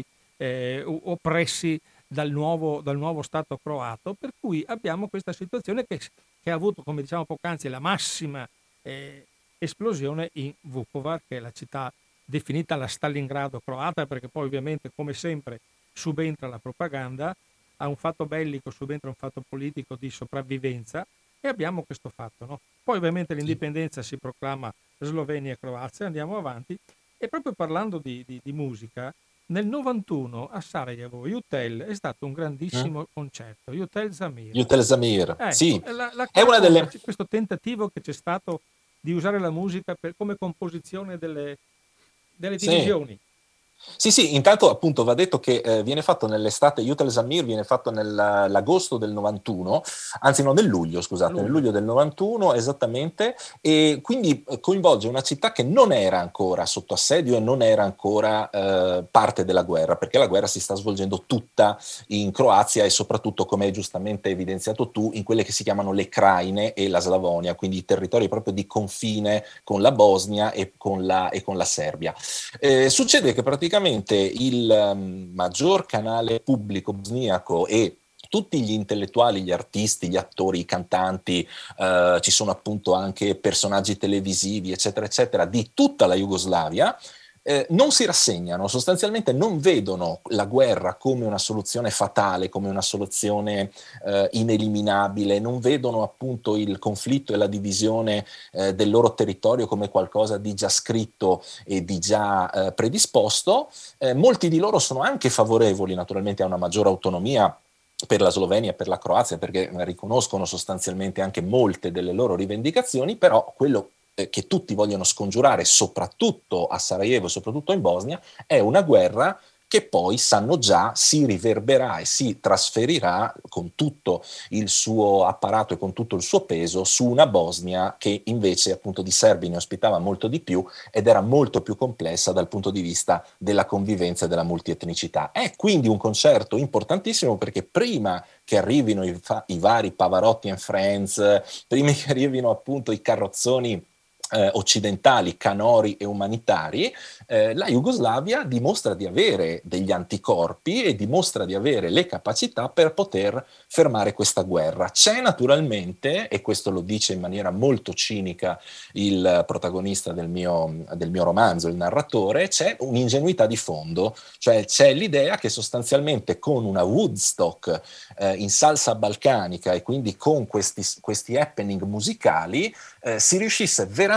oppressi dal nuovo Stato croato, per cui abbiamo questa situazione che ha avuto, come diciamo poc'anzi, la massima esplosione in Vukovar, che è la città definita la Stalingrado croata, perché poi ovviamente, come sempre, subentra la propaganda, a un fatto bellico subentra un fatto politico di sopravvivenza, e abbiamo questo fatto, no? Poi ovviamente l'indipendenza si proclama Slovenia e Croazia, andiamo avanti, e proprio parlando di musica, nel 91 a Sarajevo, Jutel è stato un grandissimo concerto, Jutel Zamir. Jutel Zamir, sì. È una delle... Questo tentativo che c'è stato di usare la musica come composizione delle divisioni. Sì, intanto appunto va detto che viene fatto nell'estate, Jutel Zamir viene fatto nell'agosto del 91, anzi no, nel luglio, scusate, nel luglio del 91 esattamente, e quindi coinvolge una città che non era ancora sotto assedio e non era ancora parte della guerra, perché la guerra si sta svolgendo tutta in Croazia e soprattutto, come hai giustamente evidenziato tu, in quelle che si chiamano le Kraine e la Slavonia, quindi i territori proprio di confine con la Bosnia e con la Serbia. Succede che praticamente il maggior canale pubblico bosniaco e tutti gli intellettuali, gli artisti, gli attori, i cantanti, ci sono appunto anche personaggi televisivi, eccetera, eccetera, di tutta la Jugoslavia, non si rassegnano, sostanzialmente non vedono la guerra come una soluzione fatale, come una soluzione ineliminabile, non vedono appunto il conflitto e la divisione del loro territorio come qualcosa di già scritto e di già predisposto. Molti di loro sono anche favorevoli naturalmente a una maggiore autonomia per la Slovenia e per la Croazia, perché riconoscono sostanzialmente anche molte delle loro rivendicazioni, però quello che tutti vogliono scongiurare, soprattutto a Sarajevo, soprattutto in Bosnia, è una guerra che poi sanno già si riverberà e si trasferirà con tutto il suo apparato e con tutto il suo peso su una Bosnia che invece appunto di serbi ne ospitava molto di più ed era molto più complessa dal punto di vista della convivenza e della multietnicità. È quindi un concerto importantissimo perché prima che arrivino i vari Pavarotti and Friends, prima che arrivino appunto i carrozzoni occidentali, canori e umanitari, la Jugoslavia dimostra di avere degli anticorpi e dimostra di avere le capacità per poter fermare questa guerra. C'è naturalmente, e questo lo dice in maniera molto cinica il protagonista del mio romanzo, il narratore, c'è un'ingenuità di fondo, cioè c'è l'idea che sostanzialmente con una Woodstock in salsa balcanica e quindi con questi happening musicali si riuscisse veramente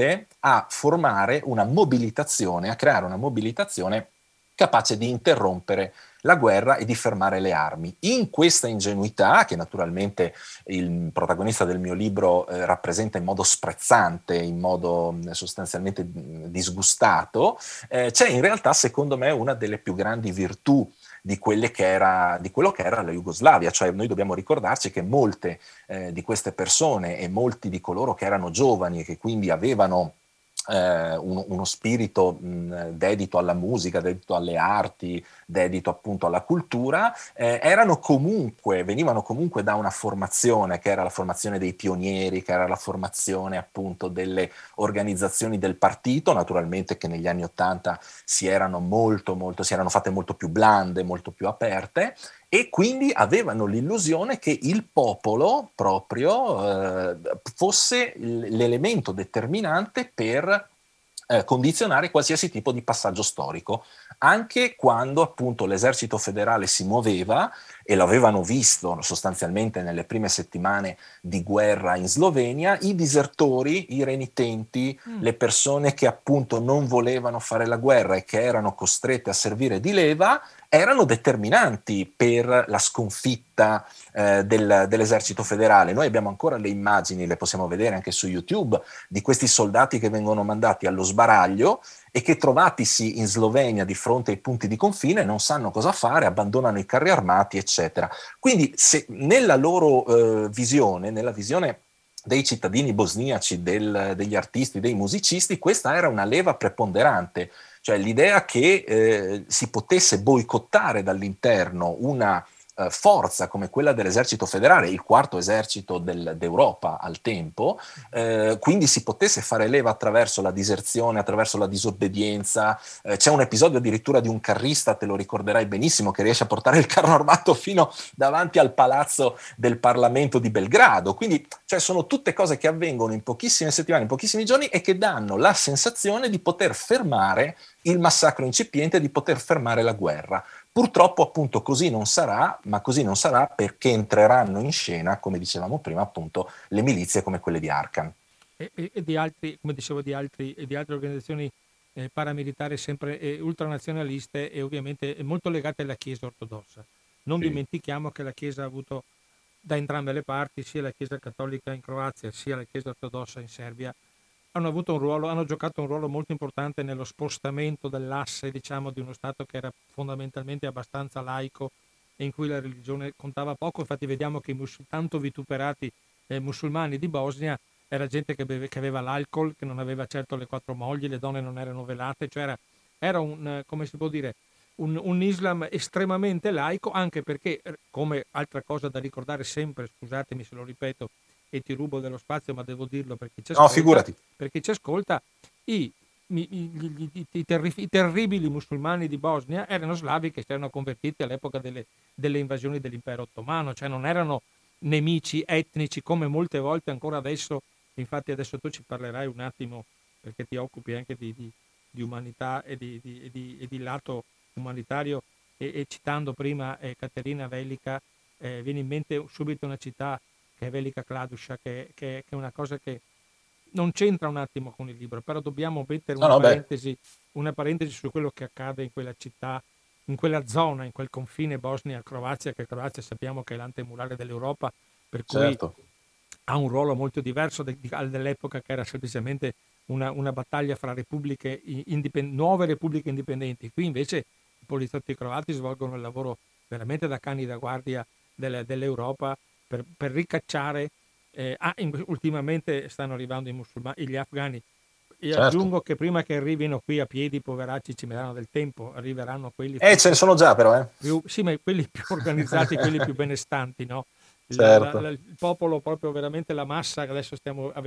a formare una mobilitazione, a creare una mobilitazione capace di interrompere la guerra e di fermare le armi. In questa ingenuità, che naturalmente il protagonista del mio libro rappresenta in modo sprezzante, in modo sostanzialmente disgustato, c'è in realtà, secondo me, una delle più grandi virtù di quello che era la Jugoslavia. Cioè noi dobbiamo ricordarci che molte di queste persone e molti di coloro che erano giovani e che quindi avevano uno spirito dedito alla musica, dedito alle arti, dedito appunto alla cultura, venivano comunque da una formazione che era la formazione dei pionieri, che era la formazione appunto delle organizzazioni del partito, naturalmente che negli anni '80 si erano fatte molto più blande, molto più aperte, e quindi avevano l'illusione che il popolo proprio fosse l'elemento determinante per condizionare qualsiasi tipo di passaggio storico, anche quando appunto l'esercito federale si muoveva, e lo avevano visto sostanzialmente nelle prime settimane di guerra in Slovenia, i disertori, i renitenti, le persone che appunto non volevano fare la guerra e che erano costrette a servire di leva, erano determinanti per la sconfitta dell'esercito federale. Noi abbiamo ancora le immagini, le possiamo vedere anche su YouTube, di questi soldati che vengono mandati allo sbaraglio e che, trovatisi in Slovenia di fronte ai punti di confine, non sanno cosa fare, abbandonano i carri armati, eccetera. Quindi nella loro visione, nella visione dei cittadini bosniaci, degli artisti, dei musicisti, questa era una leva preponderante, cioè l'idea che si potesse boicottare dall'interno una forza come quella dell'esercito federale, il quarto esercito d'Europa al tempo, quindi si potesse fare leva attraverso la diserzione, attraverso la disobbedienza. C'è un episodio addirittura di un carrista, te lo ricorderai benissimo, che riesce a portare il carro armato fino davanti al palazzo del Parlamento di Belgrado. Quindi, cioè, sono tutte cose che avvengono in pochissime settimane, in pochissimi giorni, e che danno la sensazione di poter fermare il massacro incipiente, di poter fermare la guerra. Purtroppo appunto così non sarà, ma così non sarà perché entreranno in scena, come dicevamo prima, appunto le milizie come quelle di Arkan. E di altri, come dicevo, di altre organizzazioni paramilitari sempre ultranazionaliste e ovviamente molto legate alla Chiesa ortodossa. Non dimentichiamo che la Chiesa ha avuto da entrambe le parti, sia la Chiesa cattolica in Croazia sia la Chiesa ortodossa in Serbia, hanno giocato un ruolo molto importante nello spostamento dell'asse, diciamo, di uno Stato che era fondamentalmente abbastanza laico e in cui la religione contava poco. Infatti vediamo che i tanto vituperati musulmani di Bosnia era gente che aveva l'alcol, che non aveva certo le 4 mogli, le donne non erano velate, cioè era un, come si può dire, un Islam estremamente laico, anche perché, come altra cosa da ricordare sempre, scusatemi se lo ripeto e ti rubo dello spazio, ma devo dirlo perché ci ascolta, no, figurati. perché ci ascolta, i terribili musulmani di Bosnia erano slavi che si erano convertiti all'epoca delle invasioni dell'impero ottomano, cioè non erano nemici etnici come molte volte ancora adesso. Infatti adesso tu ci parlerai un attimo, perché ti occupi anche di umanità e di lato umanitario, e citando prima Caterina Velica, viene in mente subito una città che è Velika Kladuša, che è una cosa che non c'entra un attimo con il libro, però dobbiamo mettere una parentesi su quello che accade in quella città, in quella zona, in quel confine Bosnia-Croazia, che Croazia sappiamo che è l'antemurale dell'Europa, per cui Certo. ha un ruolo molto diverso dell'epoca, che era semplicemente una battaglia fra nuove repubbliche indipendenti. Qui invece i poliziotti croati svolgono il lavoro veramente da cani da guardia dell'Europa per ricacciare. Ultimamente stanno arrivando gli afghani. E Certo. aggiungo che prima che arrivino qui a piedi, poveracci, ci metteranno del tempo, arriveranno quelli Ce ne sono già però, sì, ma quelli più organizzati, quelli più benestanti, no? Certo. Il popolo, proprio veramente la massa, che adesso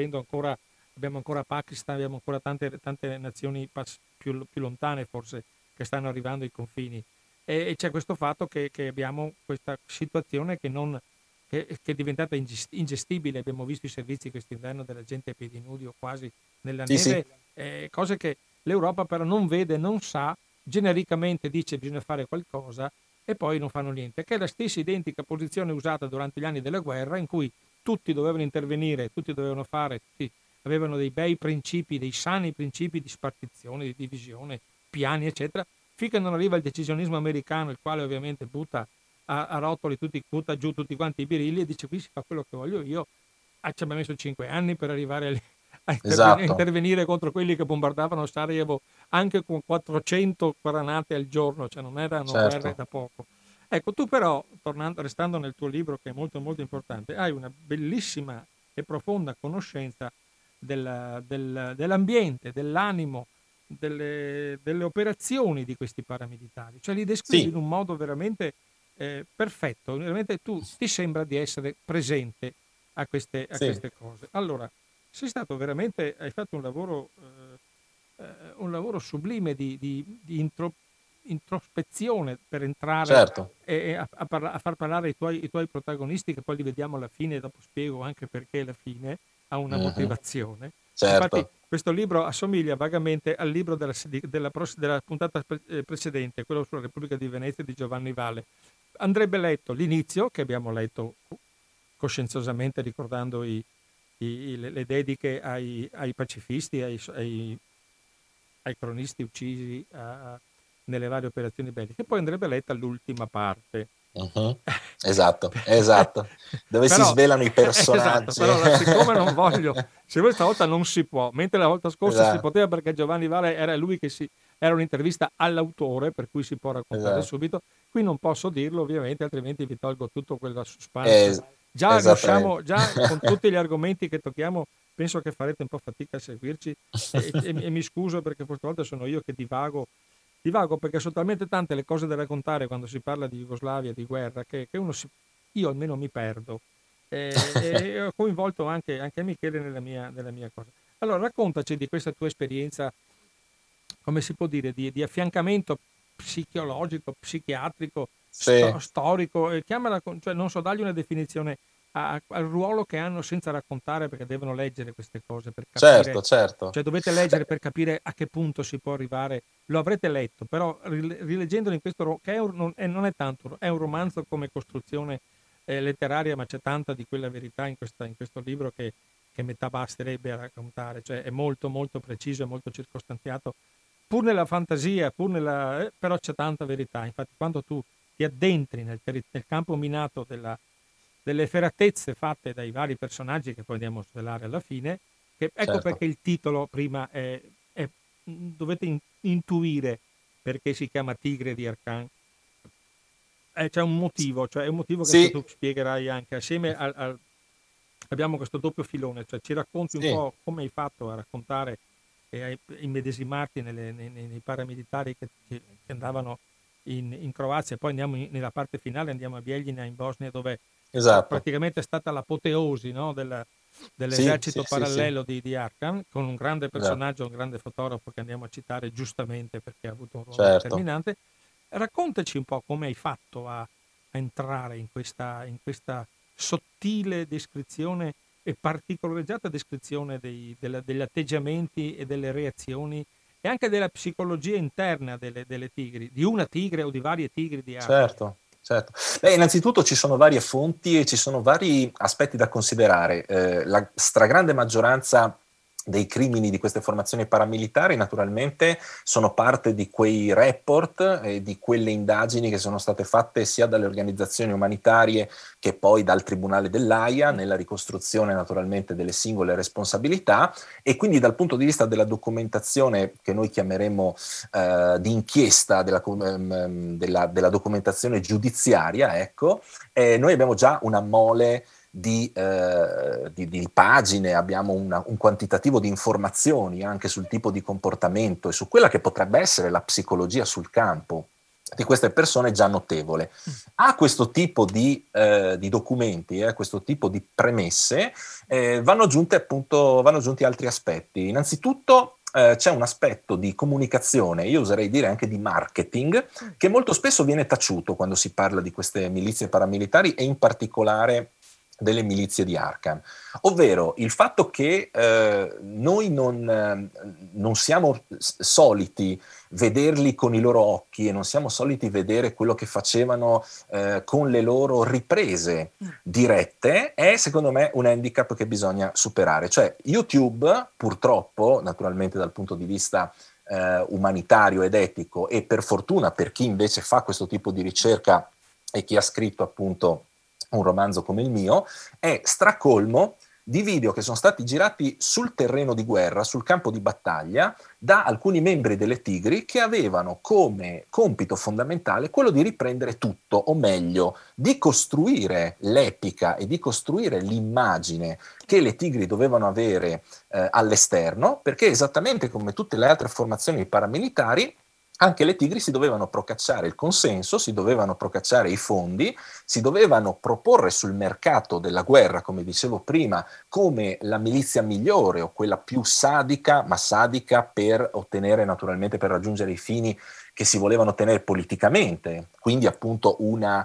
abbiamo ancora Pakistan, abbiamo ancora tante nazioni più lontane forse, che stanno arrivando ai confini, e c'è questo fatto che abbiamo questa situazione che è diventata ingestibile. Abbiamo visto i servizi quest'inverno della gente a piedi nudi o quasi nella neve, sì. Cose che l'Europa però non vede, non sa, genericamente dice bisogna fare qualcosa e poi non fanno niente, che è la stessa identica posizione usata durante gli anni della guerra, in cui tutti dovevano intervenire, tutti dovevano fare, tutti avevano dei bei principi, dei sani principi di spartizione, di divisione, piani eccetera, finché non arriva il decisionismo americano, il quale ovviamente butta a rotoli butta giù tutti quanti i birilli e dice: qui si fa quello che voglio io. Ci abbiamo messo 5 anni per arrivare a intervenire contro quelli che bombardavano Sarajevo anche con 400 granate al giorno, cioè non erano guerre da poco. Ecco, tu però, restando nel tuo libro, che è molto molto importante, hai una bellissima e profonda conoscenza dell'ambiente, dell'animo, delle operazioni di questi paramilitari, cioè li descrivi in un modo veramente perfetto, veramente tu ti sembra di essere presente a queste cose. Allora, hai fatto un lavoro sublime di introspezione per entrare certo. a far parlare i tuoi protagonisti, che poi li vediamo alla fine, e dopo spiego anche perché alla fine ha una motivazione. Infatti Certo. questo libro assomiglia vagamente al libro della puntata precedente, quello sulla Repubblica di Venezia di Giovanni Valle. Andrebbe letto l'inizio, che abbiamo letto coscienziosamente ricordando le dediche ai pacifisti, ai cronisti uccisi nelle varie operazioni belliche, poi andrebbe letta l'ultima parte. Esatto, dove si Però, svelano i esatto, personaggi. però siccome non voglio, se questa volta non si può, mentre la volta scorsa si Esatto. poteva perché Giovanni Vale era lui era un'intervista all'autore, per cui si può raccontare subito, qui non posso dirlo ovviamente, altrimenti vi tolgo tutto quella suspense. Già con tutti gli argomenti che tocchiamo, penso che farete un po' fatica a seguirci e mi scuso perché questa volta sono io che divago perché sono talmente tante le cose da raccontare quando si parla di Jugoslavia, di guerra, che io almeno mi perdo. E ho coinvolto anche Michele nella mia cosa. Allora, raccontaci di questa tua esperienza, come si può dire, di affiancamento psicologico, psichiatrico, storico, chiamala, cioè non so, dargli una definizione al ruolo che hanno senza raccontare, perché devono leggere queste cose per capire. Certo. Cioè dovete leggere per capire a che punto si può arrivare. Lo avrete letto, però rileggendolo in questo che non è tanto, è un romanzo come costruzione letteraria, ma c'è tanta di quella verità in questo libro che metà basterebbe a raccontare, cioè è molto molto preciso, è molto circostanziato, pur nella fantasia, però c'è tanta verità. Infatti quando tu ti addentri nel campo minato delle efferatezze fatte dai vari personaggi che poi andiamo a svelare alla fine, perché il titolo prima dovete intuire perché si chiama Tigre di Arcan. C'è un motivo, cioè è un motivo che tu spiegherai anche assieme abbiamo questo doppio filone, cioè ci racconti un po' come hai fatto a raccontare e a immedesimarti nei paramilitari che andavano in Croazia, e poi andiamo nella parte finale, andiamo a Bijeljina in Bosnia, dove praticamente è stata l'apoteosi, no, dell'esercito parallelo di Arkan, con un grande personaggio, un grande fotografo che andiamo a citare giustamente perché ha avuto un ruolo determinante. Raccontaci un po' come hai fatto a entrare in questa sottile descrizione e particolareggiata descrizione degli atteggiamenti e delle reazioni e anche della psicologia interna delle tigri, di una tigre o di varie tigri di Arkan. Certo. Beh, innanzitutto ci sono varie fonti e ci sono vari aspetti da considerare. La stragrande maggioranza dei crimini di queste formazioni paramilitari naturalmente sono parte di quei report e di quelle indagini che sono state fatte sia dalle organizzazioni umanitarie che poi dal Tribunale dell'Aia nella ricostruzione naturalmente delle singole responsabilità, e quindi dal punto di vista della documentazione che noi chiameremo di inchiesta, della documentazione giudiziaria, ecco, noi abbiamo già una mole di pagine, abbiamo un quantitativo di informazioni anche sul tipo di comportamento e su quella che potrebbe essere la psicologia sul campo di queste persone già notevole. A questo tipo di documenti, a questo tipo di premesse vanno aggiunti altri aspetti. Innanzitutto c'è un aspetto di comunicazione, io oserei dire anche di marketing, che molto spesso viene taciuto quando si parla di queste milizie paramilitari e in particolare delle milizie di Arkan, ovvero il fatto che noi non siamo soliti vederli con i loro occhi e non siamo soliti vedere quello che facevano con le loro riprese dirette, è secondo me un handicap che bisogna superare. Cioè YouTube, purtroppo, naturalmente dal punto di vista umanitario ed etico, e per fortuna per chi invece fa questo tipo di ricerca e chi ha scritto appunto un romanzo come il mio, è stracolmo di video che sono stati girati sul terreno di guerra, sul campo di battaglia, da alcuni membri delle Tigri che avevano come compito fondamentale quello di riprendere tutto, o meglio, di costruire l'epica e di costruire l'immagine che le Tigri dovevano avere all'esterno, perché esattamente come tutte le altre formazioni paramilitari, anche le Tigri si dovevano procacciare il consenso, si dovevano procacciare i fondi, si dovevano proporre sul mercato della guerra, come dicevo prima, come la milizia migliore o quella più sadica, ma sadica per ottenere naturalmente, per raggiungere i fini che si volevano ottenere politicamente, quindi appunto una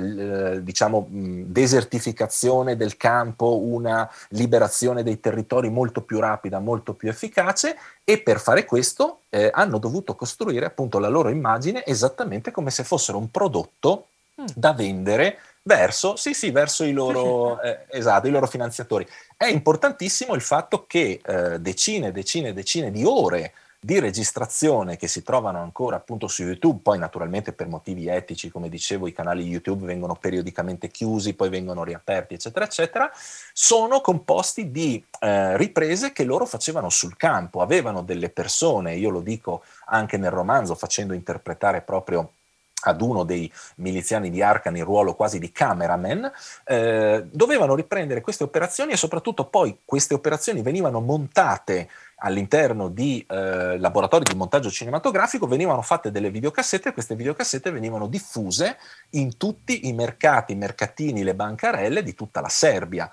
diciamo desertificazione del campo, una liberazione dei territori molto più rapida, molto più efficace, e per fare questo hanno dovuto costruire appunto la loro immagine esattamente come se fossero un prodotto da vendere verso, verso i loro, esatto, i loro finanziatori. È importantissimo il fatto che decine e decine e decine di ore di registrazione che si trovano ancora appunto su YouTube, poi naturalmente per motivi etici, come dicevo, i canali YouTube vengono periodicamente chiusi, poi vengono riaperti, eccetera, eccetera, sono composti di riprese che loro facevano sul campo, avevano delle persone, io lo dico anche nel romanzo, facendo interpretare proprio ad uno dei miliziani di Arcan il ruolo quasi di cameraman, dovevano riprendere queste operazioni, e soprattutto poi queste operazioni venivano montate all'interno di laboratori di montaggio cinematografico, venivano fatte delle videocassette, e queste videocassette venivano diffuse in tutti i mercati, i mercatini, le bancarelle di tutta la Serbia.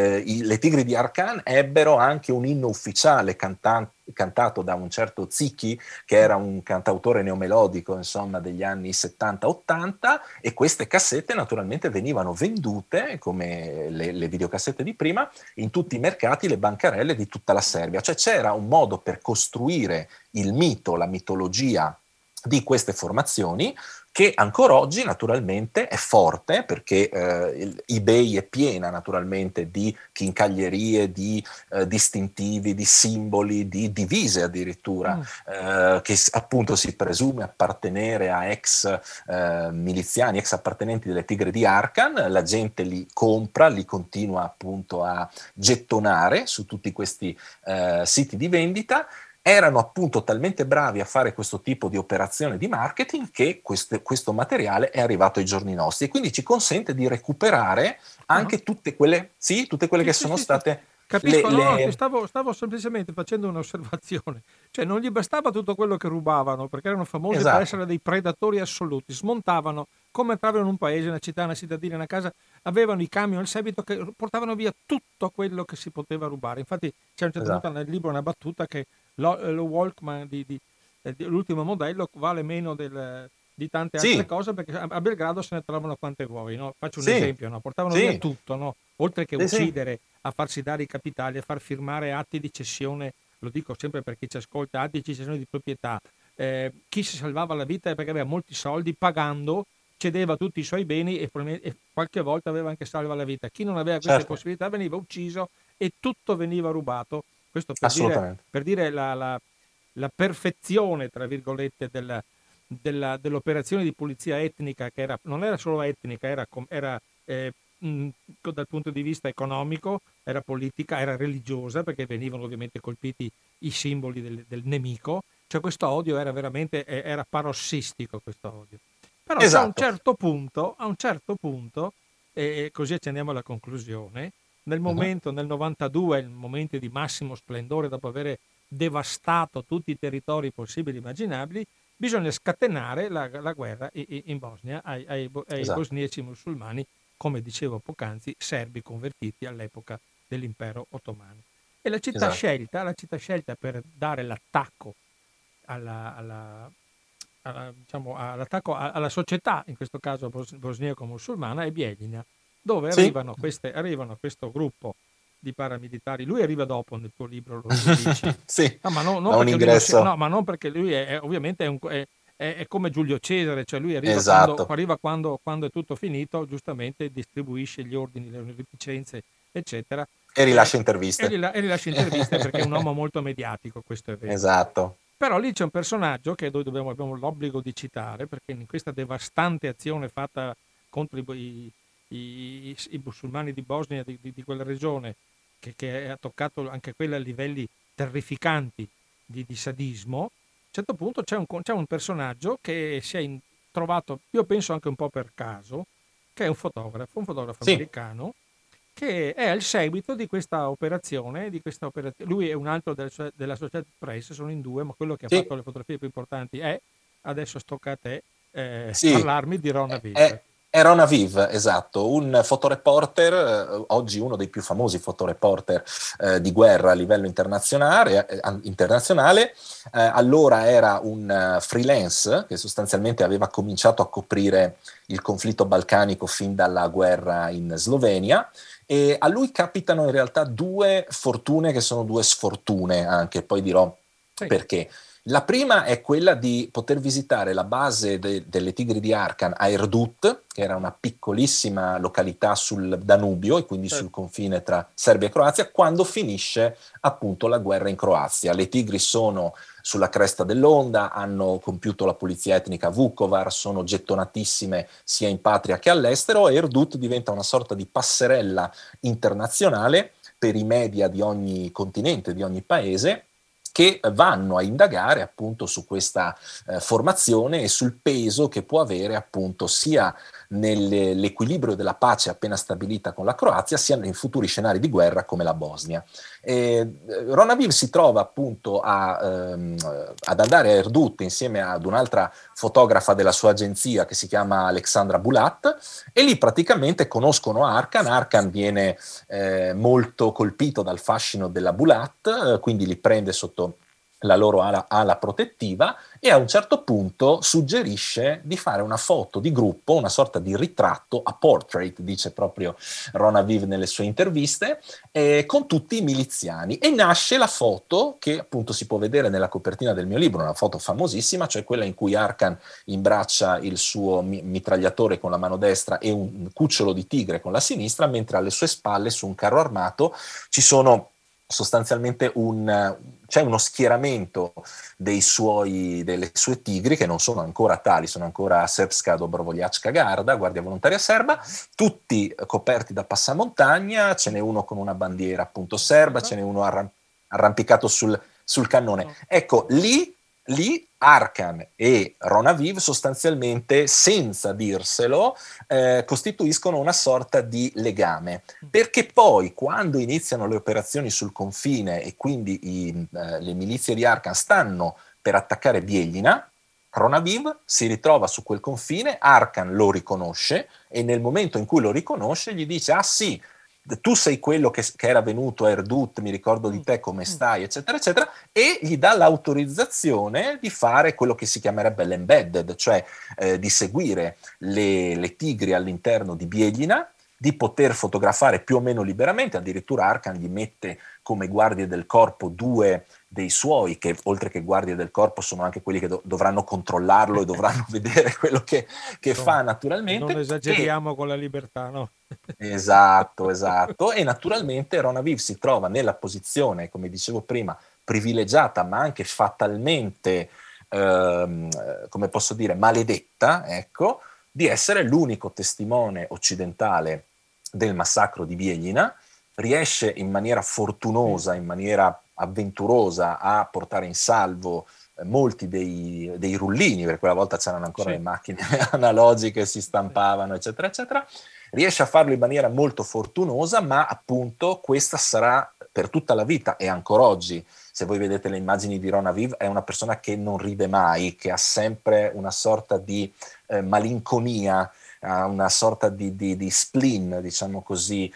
Le Tigri di Arkan ebbero anche un inno ufficiale cantato da un certo Ziki, che era un cantautore neomelodico, insomma, degli anni 70-80, e queste cassette naturalmente venivano vendute, come le videocassette di prima, in tutti i mercati, le bancarelle di tutta la Serbia. Cioè c'era un modo per costruire il mito, la mitologia di queste formazioni, che ancora oggi naturalmente è forte, perché eBay è piena naturalmente di chincaglierie, di distintivi, di simboli, di divise addirittura, che appunto si presume appartenere a ex miliziani, ex appartenenti delle Tigre di Arkan. La gente li compra, li continua appunto a gettonare su tutti questi siti di vendita. Erano appunto talmente bravi a fare questo tipo di operazione di marketing che questo materiale è arrivato ai giorni nostri, e quindi ci consente di recuperare anche tutte quelle che sono state Capisco, no, stavo semplicemente facendo un'osservazione. Cioè, non gli bastava tutto quello che rubavano, perché erano famosi per essere dei predatori assoluti. Smontavano, come entravano in un paese, una città, una cittadina, una casa, avevano i camion al seguito che portavano via tutto quello che si poteva rubare. Infatti c'è un certo punto nel libro una battuta che lo Walkman l'ultimo modello vale meno di tante altre cose, perché a Belgrado se ne trovano quante vuoi, no? Faccio un esempio, no? Portavano via tutto, no? Oltre che uccidere, a farsi dare i capitali, a far firmare atti di cessione, lo dico sempre per chi ci ascolta, atti di cessione di proprietà. Chi si salvava la vita è perché aveva molti soldi, pagando cedeva tutti i suoi beni e qualche volta aveva anche salva la vita. Chi non aveva queste possibilità veniva ucciso e tutto veniva rubato. Questo per dire la perfezione, tra virgolette, dell'operazione di pulizia etnica, che non era solo etnica, era dal punto di vista economico, era politica, era religiosa, perché venivano ovviamente colpiti i simboli del nemico. Cioè questo odio era veramente era parossistico, questo odio. Però a un certo punto, e così accendiamo alla conclusione, nel 92, il momento di massimo splendore, dopo aver devastato tutti i territori possibili e immaginabili, bisogna scatenare la guerra in Bosnia ai bosniaci musulmani, come dicevo poc'anzi, serbi convertiti all'epoca dell'impero ottomano. E la città scelta per dare l'attacco all'attacco alla società, in questo caso bosniaco-musulmana, è Bijeljina, dove arrivano questo gruppo di paramilitari. Lui arriva dopo nel tuo libro, lo dici. No, ma non perché lui ovviamente è come Giulio Cesare, cioè lui arriva quando è tutto finito, giustamente distribuisce gli ordini, le onorificenze, eccetera. E rilascia interviste. E rilascia interviste perché è un uomo molto mediatico, questo è vero. Esatto. Però lì c'è un personaggio che noi abbiamo l'obbligo di citare, perché in questa devastante azione fatta contro i musulmani di Bosnia, di quella regione, che ha toccato anche quella a livelli terrificanti di sadismo. A un certo punto c'è un personaggio che si è trovato, io penso anche un po' per caso, che è un fotografo Sì, americano, che è al seguito di questa operazione, lui è un altro della Associated Press, sono in due, ma quello che ha sì, fatto le fotografie più importanti è, adesso tocca a te, sì, parlarmi di Ron Aviv. è Ron Aviv, esatto, un fotoreporter, oggi uno dei più famosi fotoreporter di guerra a livello internazionale. Allora era un freelance che sostanzialmente aveva cominciato a coprire il conflitto balcanico fin dalla guerra in Slovenia. E a lui capitano in realtà due fortune che sono due sfortune anche, poi dirò Sì, perché. La prima è quella di poter visitare la base delle Tigri di Arkan a Erdut, che era una piccolissima località sul Danubio e quindi sul certo. confine tra Serbia e Croazia, quando finisce appunto la guerra in Croazia. Le Tigri sono sulla cresta dell'onda, hanno compiuto la pulizia etnica a Vukovar, sono gettonatissime sia in patria che all'estero, e Erdut diventa una sorta di passerella internazionale per i media di ogni continente, di ogni paese, che vanno a indagare appunto su questa formazione e sul peso che può avere appunto sia nell'equilibrio della pace appena stabilita con la Croazia, sia nei futuri scenari di guerra come la Bosnia. Ron Aviv si trova appunto ad andare a Erdut insieme ad un'altra fotografa della sua agenzia che si chiama Alexandra Bulat, e lì praticamente conoscono Arkan. Arkan viene molto colpito dal fascino della Bulat, quindi li prende sotto la loro ala protettiva, e a un certo punto suggerisce di fare una foto di gruppo, una sorta di ritratto, a portrait, dice proprio Ron Aviv nelle sue interviste, con tutti i miliziani. E nasce la foto che appunto si può vedere nella copertina del mio libro, una foto famosissima, cioè quella in cui Arkan imbraccia il suo mitragliatore con la mano destra e un cucciolo di tigre con la sinistra, mentre alle sue spalle, su un carro armato, ci sono sostanzialmente c'è uno schieramento delle sue tigri, che non sono ancora tali, sono ancora Srpska Dobrovoljačka Garda, Guardia Volontaria Serba, tutti coperti da passamontagna, ce n'è uno con una bandiera appunto serba, ce n'è uno arrampicato sul cannone. No. Ecco, lì Arkan e Ron Aviv sostanzialmente, senza dirselo, costituiscono una sorta di legame, perché poi quando iniziano le operazioni sul confine e quindi le milizie di Arkan stanno per attaccare Bielina, Ron Aviv si ritrova su quel confine, Arkan lo riconosce, e nel momento in cui lo riconosce gli dice: ah sì, tu sei quello che era venuto a Erdut, mi ricordo di te, come stai, eccetera, eccetera, e gli dà l'autorizzazione di fare quello che si chiamerebbe l'embedded, cioè di seguire le tigri all'interno di Bielina, di poter fotografare più o meno liberamente. Addirittura Arkan gli mette come guardie del corpo due dei suoi, che oltre che guardie del corpo sono anche quelli che dovranno controllarlo e dovranno vedere quello che Insomma, fa non naturalmente. E esageriamo con la libertà, no? esatto, esatto. E naturalmente Ron Aviv si trova nella posizione, come dicevo prima, privilegiata, ma anche fatalmente, come posso dire, maledetta, ecco, di essere l'unico testimone occidentale del massacro di Bielina. Riesce in maniera Sì, fortunosa, sì. in maniera avventurosa, a portare in salvo molti dei rullini, perché quella volta c'erano ancora le Sì. macchine analogiche, si Sì. stampavano, eccetera, eccetera. Riesce a farlo in maniera molto fortunosa, ma appunto questa sarà per tutta la vita, e ancora oggi, se voi vedete le immagini di Ron Aviv, è una persona che non ride mai, che ha sempre una sorta di malinconia, una sorta di spleen, diciamo così,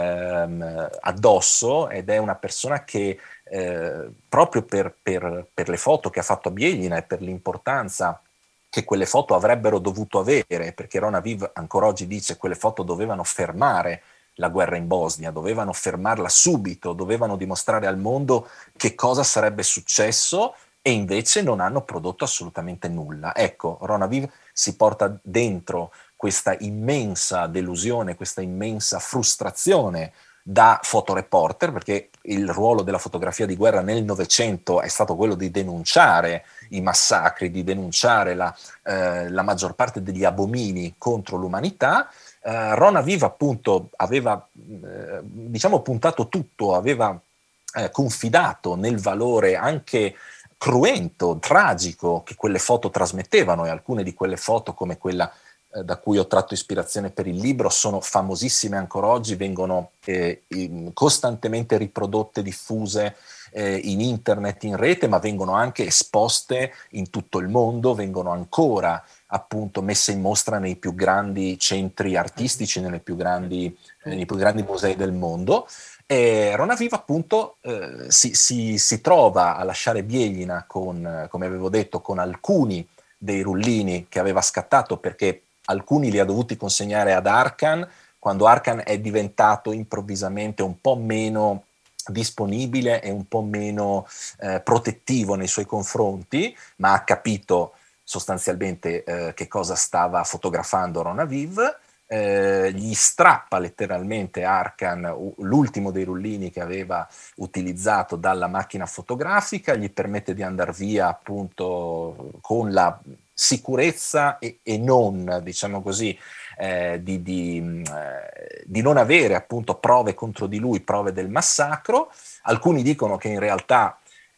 addosso, ed è una persona che proprio per le foto che ha fatto a Bielina e per l'importanza che quelle foto avrebbero dovuto avere, perché Ron Aviv ancora oggi dice che quelle foto dovevano fermare la guerra in Bosnia, dovevano fermarla subito, dovevano dimostrare al mondo che cosa sarebbe successo, e invece non hanno prodotto assolutamente nulla. Ecco, Ron Aviv si porta dentro questa immensa delusione, questa immensa frustrazione da fotoreporter, perché il ruolo della fotografia di guerra nel Novecento è stato quello di denunciare i massacri, di denunciare la maggior parte degli abomini contro l'umanità. Ron Aviv appunto aveva diciamo puntato tutto, aveva confidato nel valore anche cruento, tragico che quelle foto trasmettevano, e alcune di quelle foto, come quella da cui ho tratto ispirazione per il libro, sono famosissime ancora oggi, vengono costantemente riprodotte, diffuse in internet, in rete, ma vengono anche esposte in tutto il mondo, vengono ancora appunto messe in mostra nei più grandi centri artistici, nei più grandi musei del mondo. E Ron Aviv appunto si trova a lasciare Bijeljina con, come avevo detto, con alcuni dei rullini che aveva scattato, perché alcuni li ha dovuti consegnare ad Arkan, quando Arkan è diventato improvvisamente un po' meno disponibile e un po' meno protettivo nei suoi confronti, ma ha capito sostanzialmente che cosa stava fotografando Ron Aviv. Gli strappa letteralmente Arkan l'ultimo dei rullini che aveva utilizzato dalla macchina fotografica, gli permette di andare via appunto con la sicurezza e non, diciamo così, di non avere appunto prove contro di lui, prove del massacro. Alcuni dicono che in realtà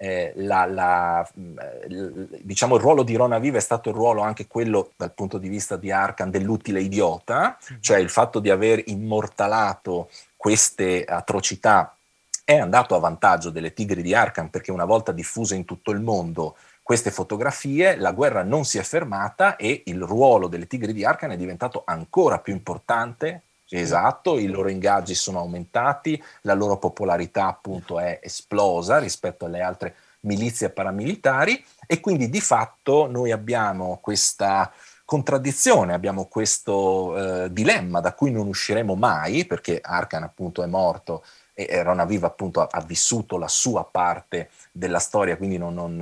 diciamo il ruolo di Ron Aviv è stato il ruolo anche quello dal punto di vista di Arkan dell'utile idiota, cioè il fatto di aver immortalato queste atrocità è andato a vantaggio delle Tigri di Arkan, perché una volta diffuse in tutto il mondo queste fotografie, la guerra non si è fermata e il ruolo delle Tigri di Arkan è diventato ancora più importante. Esatto, i loro ingaggi sono aumentati, la loro popolarità appunto è esplosa rispetto alle altre milizie paramilitari, e quindi di fatto noi abbiamo questa contraddizione, abbiamo questo dilemma da cui non usciremo mai, perché Arkan appunto è morto e Ron Aviv appunto ha vissuto la sua parte della storia, quindi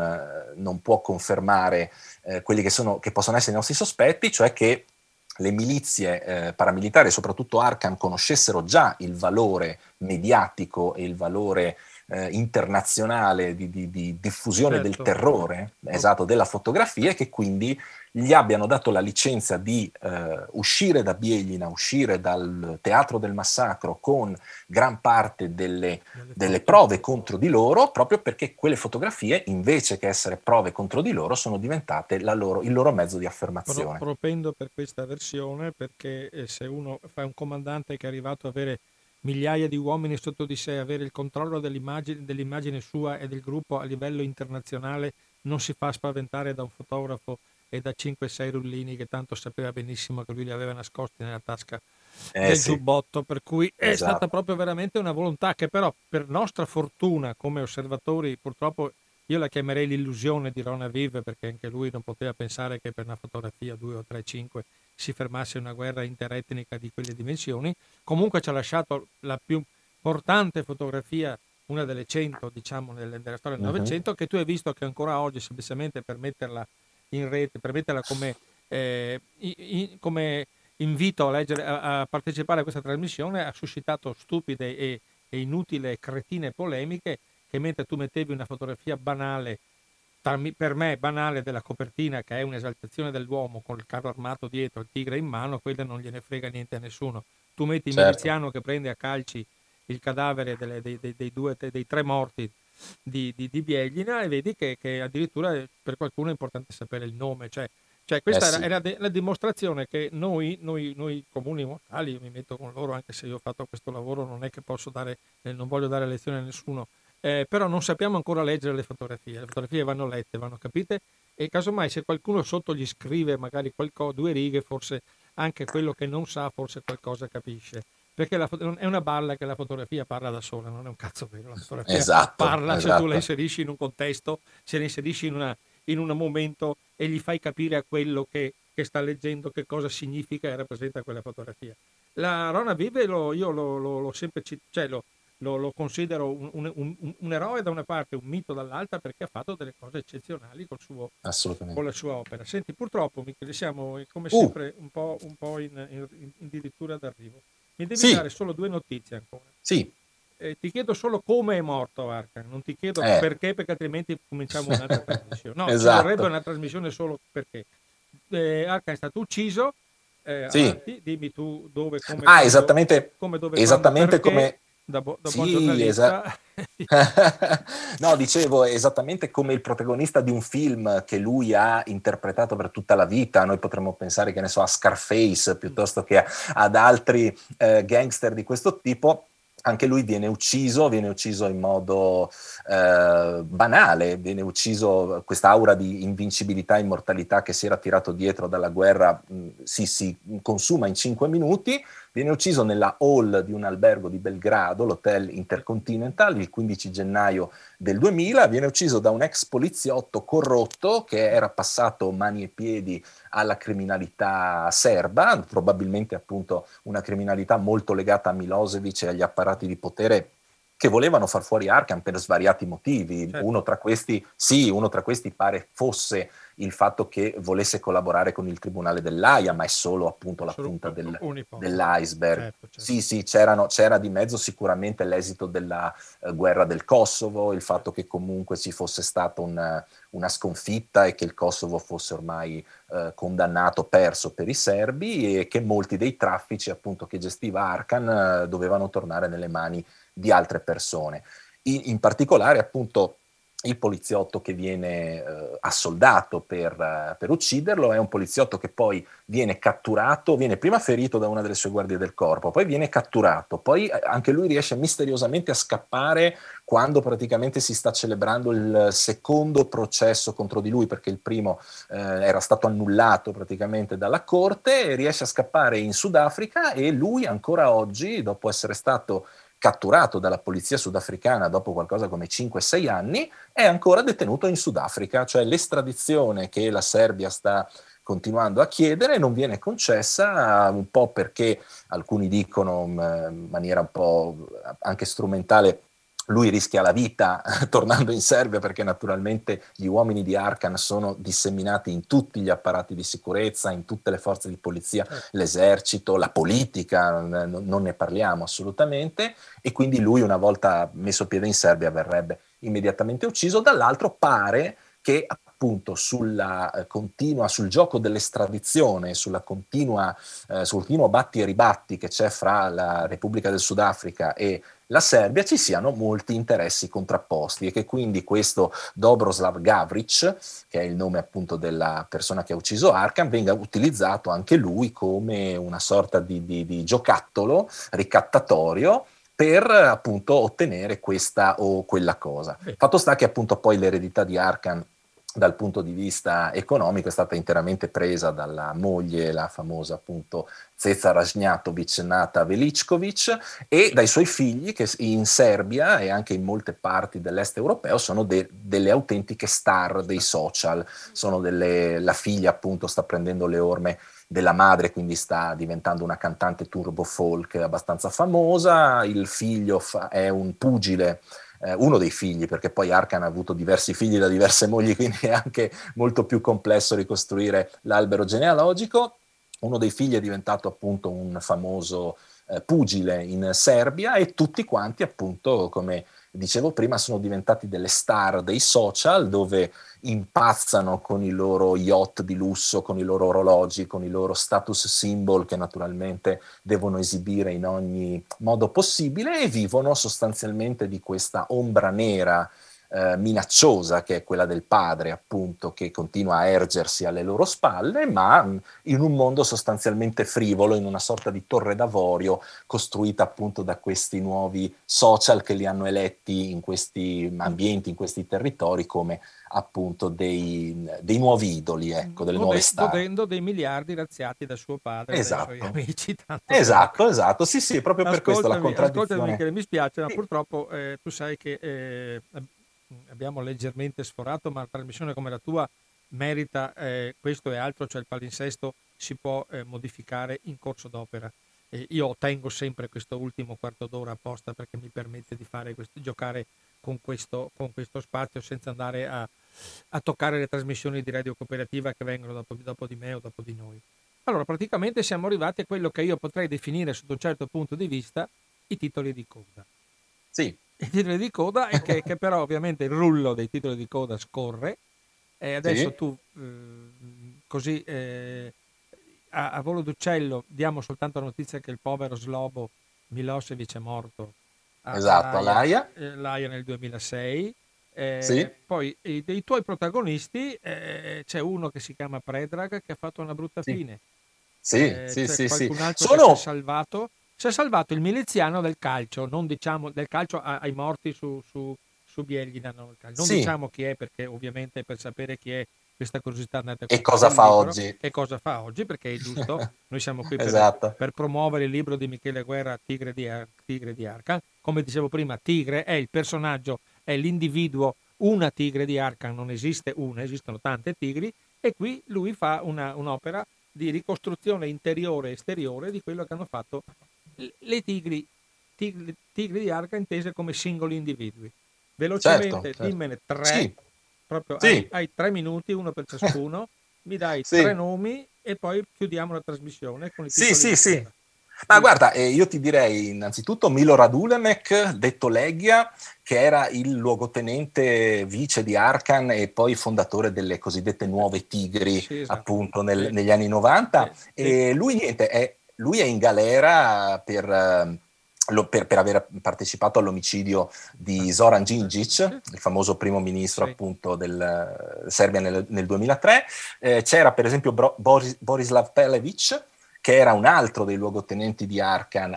non può confermare quelli che possono essere i nostri sospetti, cioè che le milizie paramilitari, soprattutto Arkan, conoscessero già il valore mediatico e il valore internazionale di diffusione del terrore, esatto, della fotografia, e che quindi gli abbiano dato la licenza di uscire da Bijeljina, uscire dal teatro del massacro con gran parte delle prove contro di loro, proprio perché quelle fotografie, invece che essere prove contro di loro, sono diventate il loro mezzo di affermazione. Propendo per questa versione, perché se uno fa un comandante che è arrivato ad avere migliaia di uomini sotto di sé, avere il controllo dell'immagine sua e del gruppo a livello internazionale, non si fa spaventare da un fotografo e da 5-6 rullini che tanto sapeva benissimo che lui li aveva nascosti nella tasca del giubbotto, per cui è stata proprio veramente una volontà che però, per nostra fortuna come osservatori, purtroppo io la chiamerei l'illusione di Ron Aviv, perché anche lui non poteva pensare che per una fotografia 2 o 3, 5 si fermasse una guerra interetnica di quelle dimensioni. Comunque ci ha lasciato la più importante fotografia, una delle 100 diciamo della storia del Novecento, che tu hai visto che ancora oggi, semplicemente per metterla in rete, per metterla come invito a leggere, a partecipare a questa trasmissione, ha suscitato stupide e inutili cretine polemiche, che mentre tu mettevi una fotografia banale, per me banale, della copertina, che è un'esaltazione dell'uomo con il carro armato dietro, il tigre in mano, quella non gliene frega niente a nessuno. Tu metti il miliziano che prende a calci il cadavere dei 3 morti di Bijeljina, e vedi che addirittura per qualcuno è importante sapere il nome, cioè questa era la dimostrazione che noi comuni mortali, io mi metto con loro, anche se io ho fatto questo lavoro, non è che posso non voglio dare lezioni a nessuno, però non sappiamo ancora leggere le fotografie vanno lette, vanno capite, e casomai se qualcuno sotto gli scrive magari 2 righe, forse anche quello che non sa forse qualcosa capisce, perché è una balla che la fotografia parla da sola, non è un cazzo vero, la fotografia parla se tu la inserisci in un contesto, se la inserisci in un momento e gli fai capire a quello che sta leggendo che cosa significa e rappresenta quella fotografia. La Ron Aviv io l'ho sempre, lo considero un eroe da una parte, un mito dall'altra, perché ha fatto delle cose eccezionali con la sua opera. Senti, purtroppo Michele, siamo come sempre un po' in addirittura d'arrivo. Mi devi dare solo 2 notizie ancora. Sì. Ti chiedo solo come è morto Arkan, non ti chiedo perché altrimenti cominciamo un'altra trasmissione. No, ci vorrebbe una trasmissione solo perché. Arkan è stato ucciso Sì. avanti, dimmi tu dove, come, Ah, quando, esattamente, come, dove, quando, esattamente perché, come... da buon Sì, giornalista. No, dicevo esattamente come il protagonista di un film che lui ha interpretato per tutta la vita. Noi potremmo pensare, che ne so, a Scarface piuttosto che ad altri gangster di questo tipo. Anche lui viene ucciso in modo banale, viene ucciso questa aura di invincibilità, immortalità che si era tirato dietro dalla guerra, si consuma in 5 minuti. Viene ucciso nella hall di un albergo di Belgrado, l'Hotel Intercontinental, il 15 gennaio del 2000. Viene ucciso da un ex poliziotto corrotto che era passato mani e piedi alla criminalità serba, probabilmente appunto una criminalità molto legata a Milosevic e agli apparati di potere che volevano far fuori Arkan per svariati motivi. Certo. Uno tra questi pare fosse il fatto che volesse collaborare con il Tribunale dell'Aia, ma è solo appunto la punta dell'iceberg. Certo. Sì, c'era di mezzo sicuramente l'esito della guerra del Kosovo, il fatto che comunque ci fosse stata una sconfitta e che il Kosovo fosse ormai condannato, perso per i serbi, e che molti dei traffici appunto che gestiva Arkan dovevano tornare nelle mani di altre persone. In particolare appunto il poliziotto che viene assoldato per ucciderlo è un poliziotto che poi viene catturato, viene prima ferito da una delle sue guardie del corpo, poi viene catturato, poi anche lui riesce misteriosamente a scappare quando praticamente si sta celebrando il secondo processo contro di lui, perché il primo era stato annullato praticamente dalla corte, e riesce a scappare in Sudafrica. E lui ancora oggi, dopo essere stato catturato dalla polizia sudafricana dopo qualcosa come 5-6 anni, è ancora detenuto in Sudafrica. Cioè l'estradizione che la Serbia sta continuando a chiedere non viene concessa, un po' perché alcuni dicono in maniera un po' anche strumentale lui rischia la vita tornando in Serbia, perché naturalmente gli uomini di Arkan sono disseminati in tutti gli apparati di sicurezza, in tutte le forze di polizia, l'esercito, la politica, non ne parliamo assolutamente, e quindi lui, una volta messo piede in Serbia, verrebbe immediatamente ucciso. Dall'altro pare che appunto sul gioco dell'estradizione, sul continuo batti e ribatti che c'è fra la Repubblica del Sudafrica e la Serbia, ci siano molti interessi contrapposti, e che quindi questo Dobroslav Gavric, che è il nome appunto della persona che ha ucciso Arkan, venga utilizzato anche lui come una sorta di giocattolo ricattatorio per appunto ottenere questa o quella cosa. Fatto sta che appunto poi l'eredità di Arkan dal punto di vista economico è stata interamente presa dalla moglie, la famosa appunto Zeca Ražnjatović, nata Veličković, e dai suoi figli, che in Serbia e anche in molte parti dell'est europeo sono delle autentiche star dei social. La figlia appunto sta prendendo le orme della madre, quindi sta diventando una cantante turbo folk abbastanza famosa. Il figlio è un pugile, uno dei figli, perché poi Arkan ha avuto diversi figli da diverse mogli, quindi è anche molto più complesso ricostruire l'albero genealogico. Uno dei figli è diventato appunto un famoso pugile in Serbia, e tutti quanti appunto, come dicevo prima, sono diventati delle star dei social, dove impazzano con i loro yacht di lusso, con i loro orologi, con i loro status symbol che naturalmente devono esibire in ogni modo possibile, e vivono sostanzialmente di questa ombra nera minacciosa, che è quella del padre appunto, che continua a ergersi alle loro spalle, ma in un mondo sostanzialmente frivolo, in una sorta di torre d'avorio costruita appunto da questi nuovi social che li hanno eletti in questi ambienti, in questi territori, come appunto dei nuovi idoli, ecco, delle nuove star. Godendo dei miliardi razziati da suo padre e dai suoi amici. Tanto Esatto, sì, proprio per questo la Ascoltami contraddizione. Michele, mi spiace, ma Sì. purtroppo tu sai che abbiamo leggermente sforato, ma una trasmissione come la tua merita questo e altro, cioè il palinsesto si può modificare in corso d'opera. Io tengo sempre questo ultimo quarto d'ora apposta, perché mi permette di fare giocare con questo spazio, senza andare a toccare le trasmissioni di Radio Cooperativa che vengono dopo di me o dopo di noi. Allora, praticamente siamo arrivati a quello che io potrei definire, sotto un certo punto di vista, i titoli di coda. Sì. I titoli di coda, e che però ovviamente il rullo dei titoli di coda scorre, e adesso Sì. tu così a volo d'uccello diamo soltanto la notizia che il povero Slobo Milosevic è morto Esatto, all'AIA. L'Aia nel 2006. Sì, Poi dei tuoi protagonisti c'è uno che si chiama Predrag che ha fatto una brutta sì, fine. sì, sì, C'è sì, sì. qualcun altro che si è Sono... salvato. Si è salvato il miliziano del calcio, non diciamo del calcio ai morti su Bielina, non Sì, diciamo chi è perché ovviamente per sapere chi è questa curiosità andate a e comprare cosa il fa libro oggi? e cosa fa oggi perché è giusto, noi siamo qui Esatto. per promuovere il libro di Michele Guerra Tigre di Arcan, come dicevo prima Tigre è il personaggio, è l'individuo, una tigre di Arcan non esiste una, esistono tante tigri e qui lui fa un'opera di ricostruzione interiore e esteriore di quello che hanno fatto le tigri di Arca intese come singoli individui. Certo, Velocemente, certo. dimmene tre, Sì, proprio sì, hai 3 minuti, uno per ciascuno, mi dai tre sì. nomi e poi chiudiamo la trasmissione con i Sì, titoli sì, di sì. coda. Ma Dimmi. guarda, io ti direi innanzitutto Milo Radulemek, detto Leghia, che era il luogotenente vice di Arcan e poi fondatore delle cosiddette nuove Tigri, Sì, esatto. appunto Sì, negli anni 90. sì, E lui, niente, lui è in galera per aver partecipato all'omicidio di Zoran Djindjic, sì, il famoso primo ministro sì. appunto del Serbia nel 2003. C'era per esempio Borislav Pelevic, che era un altro dei luogotenenti di Arkan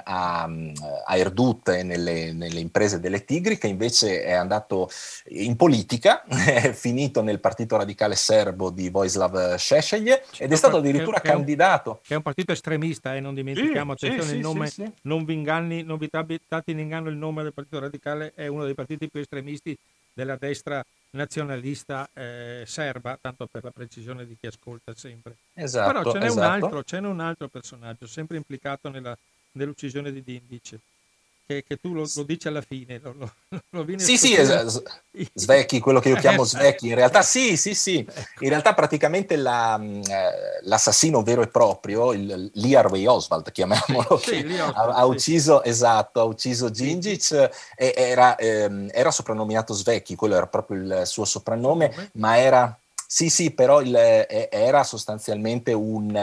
a Erdut e nelle imprese delle Tigri, che invece è andato in politica, è finito nel partito radicale serbo di Vojislav Šešelj ed è stato addirittura candidato. Che è un partito estremista, non Sì, dimentichiamo, sì, attenzione il sì, sì, nome, sì. non vi inganni, non vi date in inganno il nome del Partito Radicale, è uno dei partiti più estremisti della destra nazionalista serba, tanto per la precisione di chi ascolta sempre. Però Esatto, esatto. ce n'è un altro personaggio, sempre implicato nell'uccisione di Dindic, che tu lo dici alla fine, lo vieni a Sì, sì, scoprire. Svecchi, quello che io chiamo Svecchi, in realtà sì, sì, sì, Ecco. in realtà praticamente l'assassino vero e proprio, Lee Harvey Oswald, Sì, chiamiamolo, sì, che lì Oswald, ha sì. ucciso, esatto, ha ucciso Sì, Gingic, e era soprannominato Svecchi, quello era proprio il suo suo soprannome, nome. ma era, sì, sì, però era sostanzialmente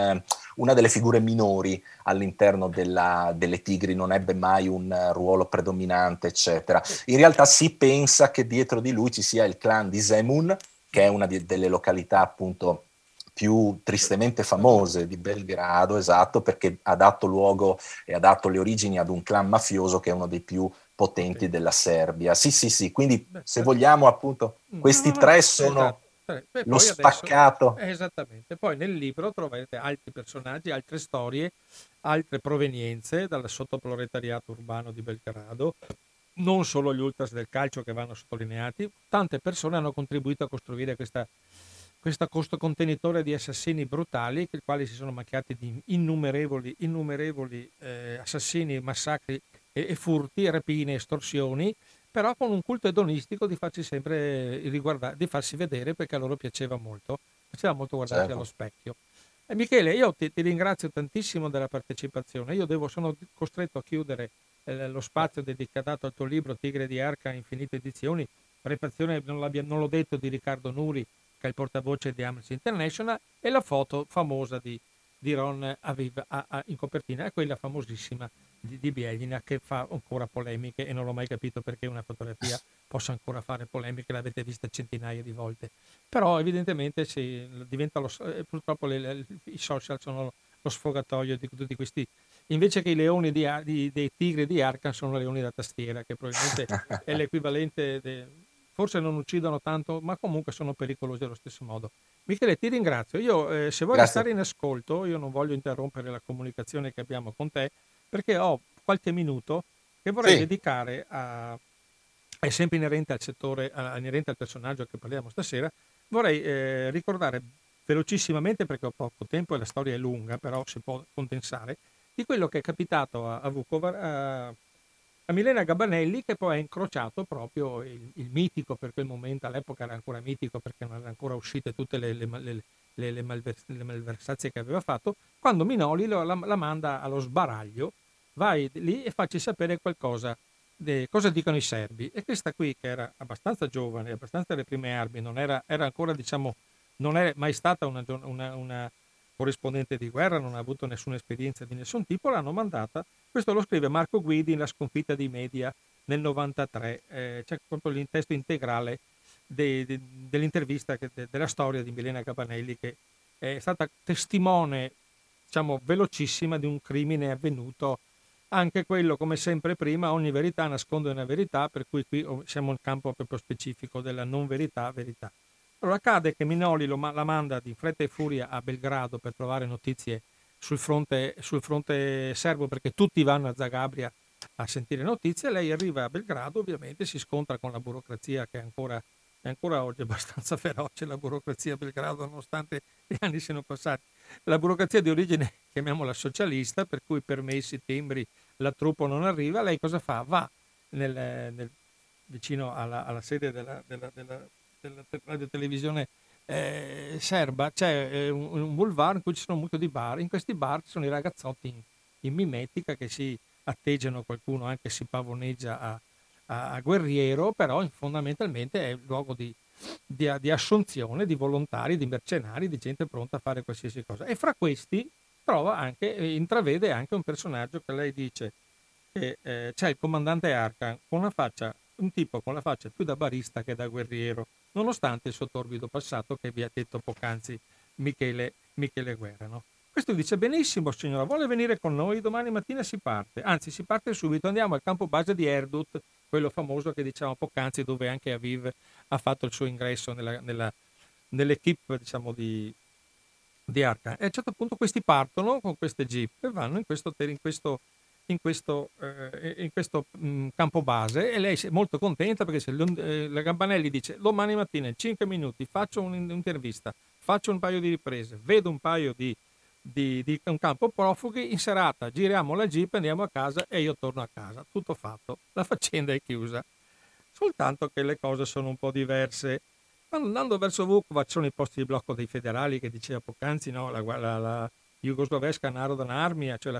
una delle figure minori all'interno delle Tigri, non ebbe mai un ruolo predominante, eccetera. Sì. In realtà si pensa che dietro di lui ci sia il clan di Zemun, che è una delle località appunto più tristemente famose di Belgrado, esatto, perché ha dato luogo e ha dato le origini ad un clan mafioso che è uno dei più potenti Potente. della Serbia. Sì, sì, sì, quindi Beh, se vogliamo appunto, no, no, questi no, tre sono esatto. E lo poi adesso, spaccato. esattamente, poi nel libro troverete altri personaggi, altre storie, altre provenienze dal sottoproletariato urbano di Belgrado, non solo gli ultras del calcio che vanno sottolineati, tante persone hanno contribuito a costruire questa costo contenitore di assassini brutali, che i quali si sono macchiati di innumerevoli assassini, massacri e furti, rapine, estorsioni, però con un culto edonistico di farci sempre di farsi vedere perché a loro piaceva molto guardarsi allo Certo. specchio. E Michele, io ti ringrazio tantissimo della partecipazione. Sono costretto a chiudere lo spazio dedicato al tuo libro Tigre di Arca, Infinite Edizioni, prefazione, non l'ho detto, di Riccardo Nuri, che è il portavoce di Amnesty International, e la foto famosa di Ron Aviv in copertina, è quella famosissima di Bielina che fa ancora polemiche e non l'ho mai capito perché una fotografia possa ancora fare polemiche, l'avete vista centinaia di volte. Però evidentemente diventa purtroppo i social sono lo sfogatoio di tutti questi. Invece che i leoni dei tigri di Arkham sono leoni da tastiera, che probabilmente è l'equivalente, forse non uccidono tanto, ma comunque sono pericolosi allo stesso modo. Michele, ti ringrazio. Io, se vuoi Grazie. restare in ascolto, io non voglio interrompere la comunicazione che abbiamo con te, perché ho qualche minuto che vorrei Sì, dedicare è sempre inerente al settore, inerente al personaggio che parliamo stasera. Vorrei ricordare velocissimamente, perché ho poco tempo e la storia è lunga, però si può condensare, di quello che è capitato a Vukovar, a Milena Gabanelli, che poi ha incrociato proprio il mitico, per quel momento, all'epoca era ancora mitico perché non erano ancora uscite tutte le malversazioni che aveva fatto, quando Minoli la manda allo sbaraglio, vai lì e facci sapere qualcosa, cosa dicono i serbi. E questa qui, che era abbastanza giovane, abbastanza alle prime armi, era ancora, diciamo, non è mai stata corrispondente di guerra, non ha avuto nessuna esperienza di nessun tipo, l'hanno mandata. Questo lo scrive Marco Guidi in La sconfitta dei media nel 93, c'è proprio il testo integrale dell'intervista della storia di Milena Gabanelli, che è stata testimone, diciamo, velocissima di un crimine avvenuto. Anche quello, come sempre prima, ogni verità nasconde una verità, per cui qui siamo nel campo proprio specifico della non verità, verità. Allora accade che Minoli la manda di fretta e furia a Belgrado per trovare notizie sul fronte serbo, perché tutti vanno a Zagabria a sentire notizie. Lei arriva a Belgrado, ovviamente si scontra con la burocrazia che è ancora oggi abbastanza feroce, la burocrazia a Belgrado, nonostante gli anni siano passati. La burocrazia di origine, chiamiamola socialista, per cui permessi, timbri, la truppa non arriva. Lei cosa fa? Va vicino alla sede della radiotelevisione serba, c'è un boulevard in cui ci sono molti di bar. In questi bar ci sono i ragazzotti in mimetica che si atteggiano, qualcuno anche si pavoneggia a guerriero, però fondamentalmente è un luogo di assunzione di volontari, di mercenari, di gente pronta a fare qualsiasi cosa. E fra questi intravede anche un personaggio che lei dice che c'è il comandante Arcan un tipo con la faccia più da barista che da guerriero, nonostante il suo torbido passato che vi ha detto poc'anzi Michele Guerra, no? Questo dice: benissimo signora, vuole venire con noi? Domani mattina si parte, anzi si parte subito, andiamo al campo base di Erdut, quello famoso che diciamo poc'anzi, dove anche Aviv ha fatto il suo ingresso nell'equipe, diciamo, di Arcan. E a un certo punto questi partono con queste jeep e vanno in questo campo base, e lei è molto contenta perché la Gambanelli dice: domani mattina in 5 minuti faccio un'intervista, faccio un paio di riprese, vedo un paio di un campo profughi, in serata giriamo la jeep, andiamo a casa e io torno a casa, tutto fatto, la faccenda è chiusa. Soltanto che le cose sono un po' diverse. Andando verso Vukovar ci sono i posti di blocco dei federali che diceva poc'anzi, no? La Jugoslavesca Narodna Armia, cioè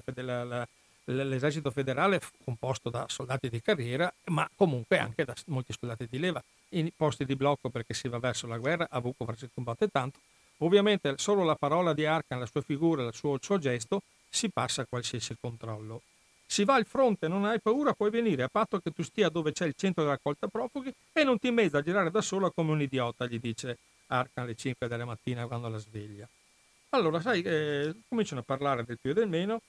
l'esercito federale composto da soldati di carriera, ma comunque anche da molti soldati di leva. I posti di blocco perché si va verso la guerra, a Vukovar si combatte tanto. Ovviamente solo la parola di Arcan, la sua figura, il suo gesto, si passa a qualsiasi controllo. Si va al fronte, non hai paura, puoi venire, a patto che tu stia dove c'è il centro di raccolta profughi e non ti mezza a girare da sola come un idiota, gli dice Arcan alle 5 della mattina quando la sveglia. Allora, sai, cominciano a parlare del più e del meno.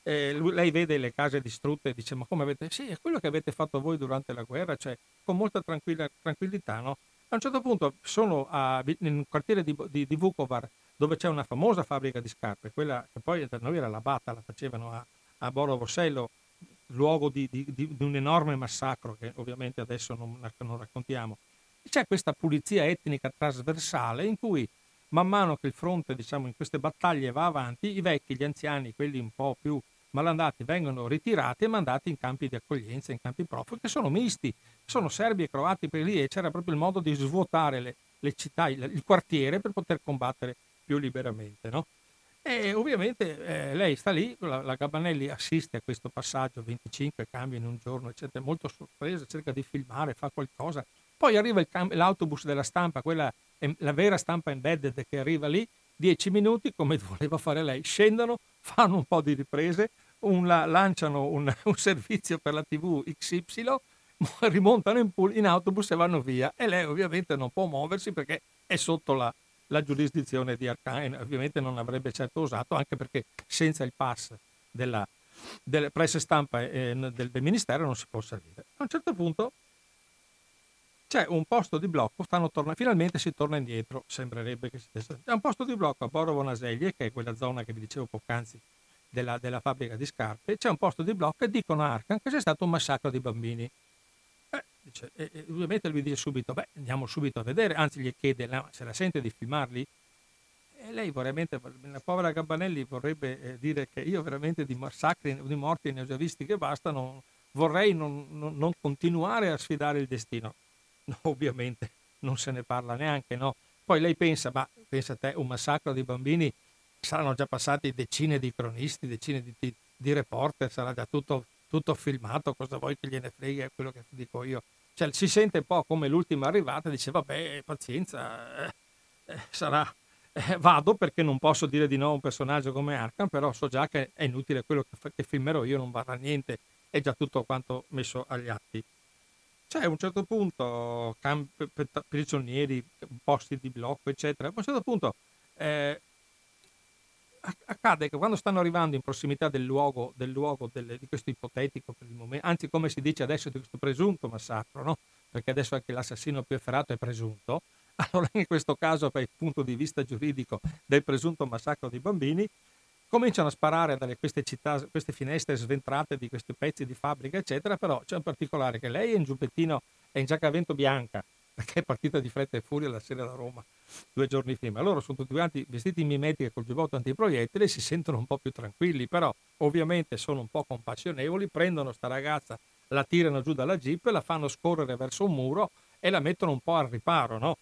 Lei vede le case distrutte e dice: ma come avete... Sì, è quello che avete fatto voi durante la guerra, cioè con molta tranquillità, no? A un certo punto sono in un quartiere di Vukovar, dove c'è una famosa fabbrica di scarpe, quella che poi per noi era la Bata, la facevano a Borovosello, luogo di un enorme massacro che ovviamente adesso non raccontiamo. C'è questa pulizia etnica trasversale in cui man mano che il fronte, diciamo, in queste battaglie va avanti, i vecchi, gli anziani, quelli un po' più malandati, vengono ritirati e mandati in campi di accoglienza, in campi profughi, che sono misti, sono serbi e croati per lì, e c'era proprio il modo di svuotare le città, il quartiere, per poter combattere più liberamente, no? E ovviamente lei sta lì, la Gabanelli assiste a questo passaggio, 25 cambi in un giorno, eccetera, molto sorpresa, cerca di filmare, fa qualcosa. Poi arriva l'autobus della stampa, quella la vera stampa embedded, che arriva lì, 10 minuti, come voleva fare lei, scendono, fanno un po' di riprese, lanciano un servizio per la TV XY, rimontano in autobus e vanno via. E lei ovviamente non può muoversi perché è sotto la giurisdizione di Arcan, ovviamente non avrebbe certo osato, anche perché senza il pass della presse stampa del ministero non si può salire. A un certo punto c'è un posto di blocco, finalmente si torna indietro, sembrerebbe che c'è un posto di blocco a Borovo Naseglie, che è quella zona che vi dicevo poc'anzi della fabbrica di scarpe. C'è un posto di blocco e dicono a Arcan che c'è stato un massacro di bambini. Ovviamente lui dice subito: beh, andiamo subito a vedere, anzi gli chiede se la sente di filmarli, e lei veramente, la povera Gabanelli, vorrebbe dire che io veramente di massacri, di morti ne ho già visti che basta, vorrei non continuare a sfidare il destino. No, ovviamente non se ne parla neanche, no? Poi lei pensa a te, un massacro di bambini, saranno già passati decine di cronisti, decine di reporter, sarà già tutto filmato, cosa vuoi che gliene frega, è quello che dico io. Cioè si sente un po' come l'ultima arrivata, dice vabbè, pazienza, sarà vado perché non posso dire di no a un personaggio come Arkham, però so già che è inutile quello che filmerò io, non varrà niente, è già tutto quanto messo agli atti. C'è a un certo punto prigionieri, posti di blocco, eccetera. A un certo punto eh, accade che quando stanno arrivando in prossimità di questo ipotetico, per il momento, anzi come si dice adesso, di questo presunto massacro, no? Perché adesso anche l'assassino più efferato è presunto, allora in questo caso, per il punto di vista giuridico del presunto massacro di bambini, cominciano a sparare dalle queste città, queste finestre sventrate di questi pezzi di fabbrica, eccetera, però c'è un particolare che lei è in giubbettino, è in giacca a vento bianca, perché è partita di fretta e furia la sera da Roma 2 giorni prima. Loro sono tutti quanti vestiti in mimetica col giubbotto antiproiettile, si sentono un po' più tranquilli, però ovviamente sono un po' compassionevoli, prendono sta ragazza, la tirano giù dalla jeep, la fanno scorrere verso un muro e la mettono un po' al riparo, no?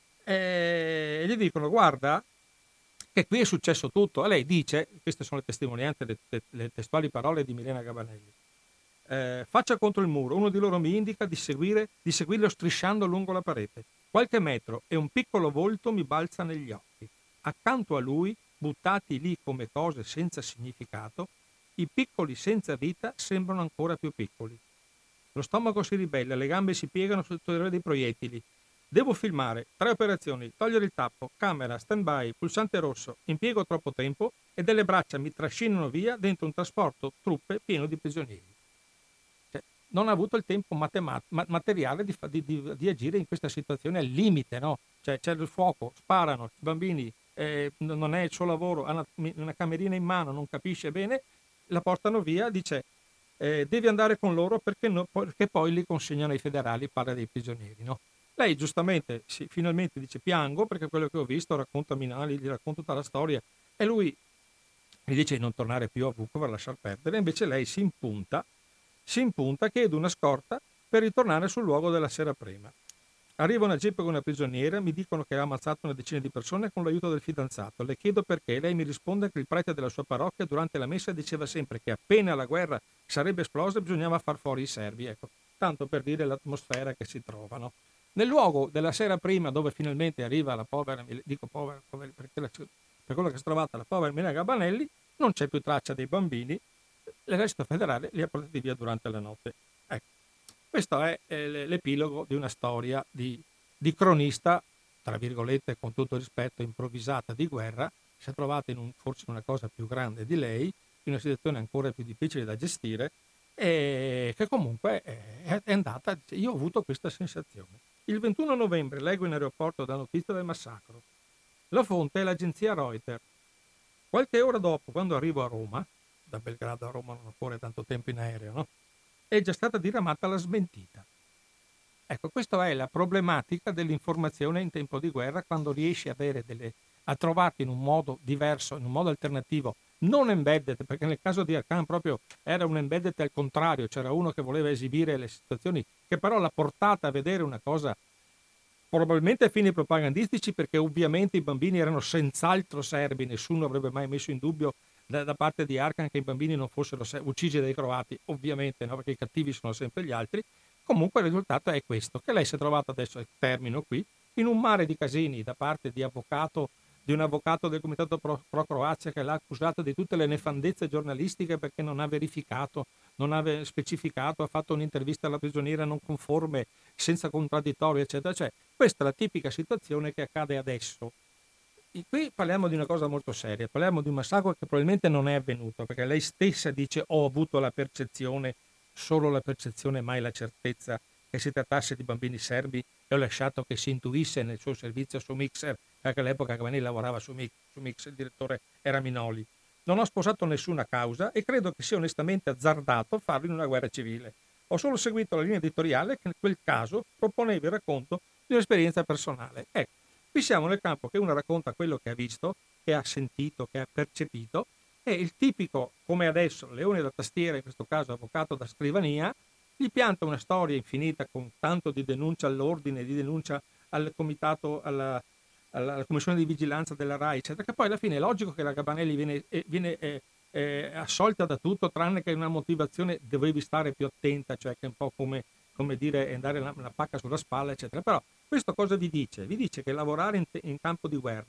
E gli dicono: guarda che qui è successo tutto. E lei dice, queste sono le testimonianze, le testuali parole di Milena Gabanelli: faccia contro il muro, uno di loro mi indica di seguirlo strisciando lungo la parete. Qualche metro e un piccolo volto mi balza negli occhi. Accanto a lui, buttati lì come cose senza significato, i piccoli senza vita sembrano ancora più piccoli. Lo stomaco si ribella, le gambe si piegano sotto il terrore dei proiettili. Devo filmare, 3 operazioni, togliere il tappo, camera, stand-by, pulsante rosso, impiego troppo tempo e delle braccia mi trascinano via dentro un trasporto truppe pieno di prigionieri. Cioè, non ha avuto il tempo materiale di agire in questa situazione al limite, no? Cioè, c'è il fuoco, sparano, i bambini, non è il suo lavoro, ha una camerina in mano, non capisce bene, la portano via, dice devi andare con loro perché poi li consegnano ai federali, parla dei prigionieri, no? Lei giustamente finalmente dice: piango perché quello che ho visto, racconta Minali, gli racconta tutta la storia, e lui gli dice di non tornare più a Vukovar, lasciar perdere. Invece lei si impunta, chiede una scorta per ritornare sul luogo della sera prima. Arriva una jeep con una prigioniera, mi dicono che ha ammazzato una decina di persone con l'aiuto del fidanzato. Le chiedo perché, lei mi risponde che il prete della sua parrocchia durante la messa diceva sempre che appena la guerra sarebbe esplosa bisognava far fuori i serbi, ecco, tanto per dire l'atmosfera che si trovano. Nel luogo della sera prima, dove finalmente arriva la povera, dico povera perché per quello che si è trovata la povera Milena Gabanelli, non c'è più traccia dei bambini, l'esercito federale li ha portati via durante la notte. Ecco, questo è l'epilogo di una storia di cronista, tra virgolette, con tutto il rispetto, improvvisata di guerra. Si è trovata forse una cosa più grande di lei, in una situazione ancora più difficile da gestire, e che comunque è andata. Io ho avuto questa sensazione. Il 21 novembre leggo in aeroporto la notizia del massacro. La fonte è l'agenzia Reuters. Qualche ora dopo, quando arrivo a Roma, da Belgrado a Roma non occorre tanto tempo in aereo, no? È già stata diramata la smentita. Ecco, questa è la problematica dell'informazione in tempo di guerra, quando riesci a trovarti in un modo diverso, in un modo alternativo, non embedded, perché nel caso di Arcan proprio era un embedded al contrario, c'era uno che voleva esibire le situazioni, che però l'ha portata a vedere una cosa probabilmente a fini propagandistici, perché ovviamente i bambini erano senz'altro serbi, nessuno avrebbe mai messo in dubbio da parte di Arkan che i bambini non fossero uccisi dai croati, ovviamente no, perché i cattivi sono sempre gli altri. Comunque il risultato è questo, che lei si è trovata adesso al termine qui, in un mare di casini da parte di un avvocato del Comitato Pro Croazia, che l'ha accusato di tutte le nefandezze giornalistiche perché non ha verificato, non ha specificato, ha fatto un'intervista alla prigioniera non conforme, senza contraddittorio, eccetera. Cioè, questa è la tipica situazione che accade adesso. E qui parliamo di una cosa molto seria, parliamo di un massacro che probabilmente non è avvenuto, perché lei stessa dice: ho avuto la percezione, solo la percezione, mai la certezza che si trattasse di bambini serbi, e ho lasciato che si intuisse nel suo servizio su Mixer, perché all'epoca Gabanelli lavorava su Mixer, il direttore era Minoli. Non ho sposato nessuna causa e credo che sia onestamente azzardato farlo in una guerra civile. Ho solo seguito la linea editoriale che in quel caso proponeva il racconto di un'esperienza personale. Ecco, qui siamo nel campo che uno racconta quello che ha visto, che ha sentito, che ha percepito, e il tipico, come adesso, leone da tastiera, in questo caso avvocato da scrivania, gli pianta una storia infinita con tanto di denuncia all'ordine, di denuncia al comitato, alla commissione di vigilanza della RAI, eccetera, che poi alla fine è logico che la Gabanelli viene assolta da tutto, tranne che una motivazione: dovevi stare più attenta, cioè che è un po' come dire andare una pacca sulla spalla, eccetera. Però questo cosa vi dice? Vi dice che lavorare in campo di guerra,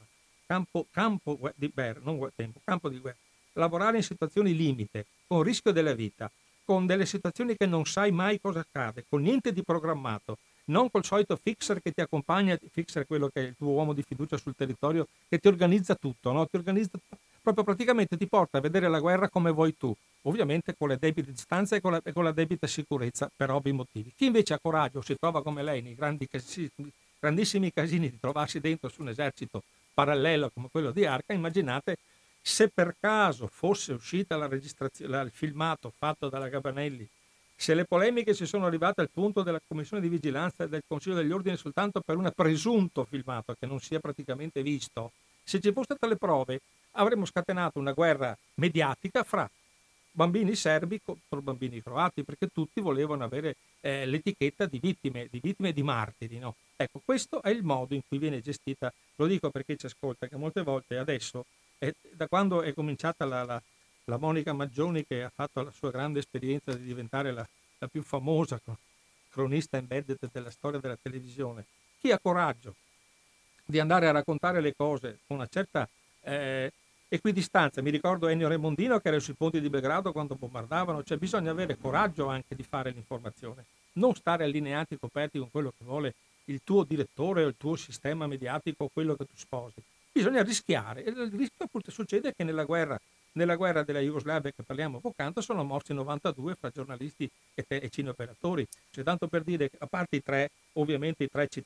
campo di guerra, campo di guerra, lavorare in situazioni limite, con rischio della vita, con delle situazioni che non sai mai cosa accade, con niente di programmato, non col solito fixer che ti accompagna, fixer è quello che è il tuo uomo di fiducia sul territorio, che ti organizza tutto, no? Ti organizza proprio, praticamente ti porta a vedere la guerra come vuoi tu, ovviamente con le debite distanze e con la debita sicurezza per ovvi motivi. Chi invece ha coraggio, si trova come lei nei grandissimi casini di trovarsi dentro su un esercito parallelo come quello di Arca, immaginate se per caso fosse uscita la registrazione, il filmato fatto dalla Gabanelli, se le polemiche si sono arrivate al punto della commissione di vigilanza e del Consiglio degli Ordini soltanto per un presunto filmato che non si è praticamente visto, se ci fossero state le prove avremmo scatenato una guerra mediatica fra bambini serbi contro bambini croati, perché tutti volevano avere l'etichetta di vittime e di martiri, no? Ecco, questo è il modo in cui viene gestita, lo dico perché ci ascolta, che molte volte adesso, da quando è cominciata la Monica Maggioni, che ha fatto la sua grande esperienza di diventare la più famosa cronista embedded della storia della televisione, chi ha coraggio di andare a raccontare le cose con una certa equidistanza, mi ricordo Ennio Remondino che era sui ponti di Belgrado quando bombardavano, cioè bisogna avere coraggio anche di fare l'informazione, non stare allineati coperti con quello che vuole il tuo direttore o il tuo sistema mediatico o quello che tu sposi. Bisogna rischiare, e il rischio appunto succede che nella guerra della Jugoslavia che parliamo poc'anzi sono morti 92 fra giornalisti e cineoperatori, cioè tanto per dire che a parte i tre, ovviamente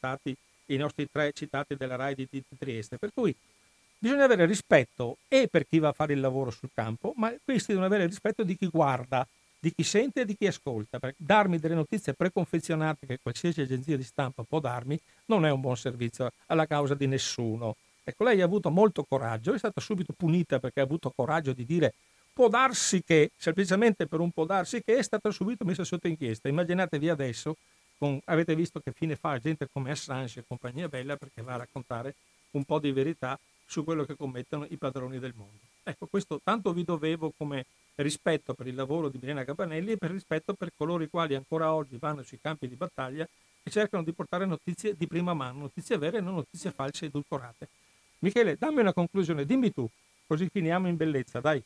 i nostri tre citati della RAI di Trieste, per cui bisogna avere rispetto e per chi va a fare il lavoro sul campo, ma questi devono avere rispetto di chi guarda, di chi sente e di chi ascolta, perché darmi delle notizie preconfezionate che qualsiasi agenzia di stampa può darmi non è un buon servizio alla causa di nessuno. Ecco, lei ha avuto molto coraggio, è stata subito punita perché ha avuto coraggio di dire può darsi che, semplicemente per un può darsi che, è stata subito messa sotto inchiesta. Immaginatevi adesso, avete visto che fine fa gente come Assange e compagnia bella, perché va a raccontare un po' di verità su quello che commettono i padroni del mondo. Ecco, questo tanto vi dovevo come rispetto per il lavoro di Milena Gabanelli e per rispetto per coloro i quali ancora oggi vanno sui campi di battaglia e cercano di portare notizie di prima mano, notizie vere e non notizie false e edulcorate. Michele, dammi una conclusione, dimmi tu, così finiamo in bellezza, dai.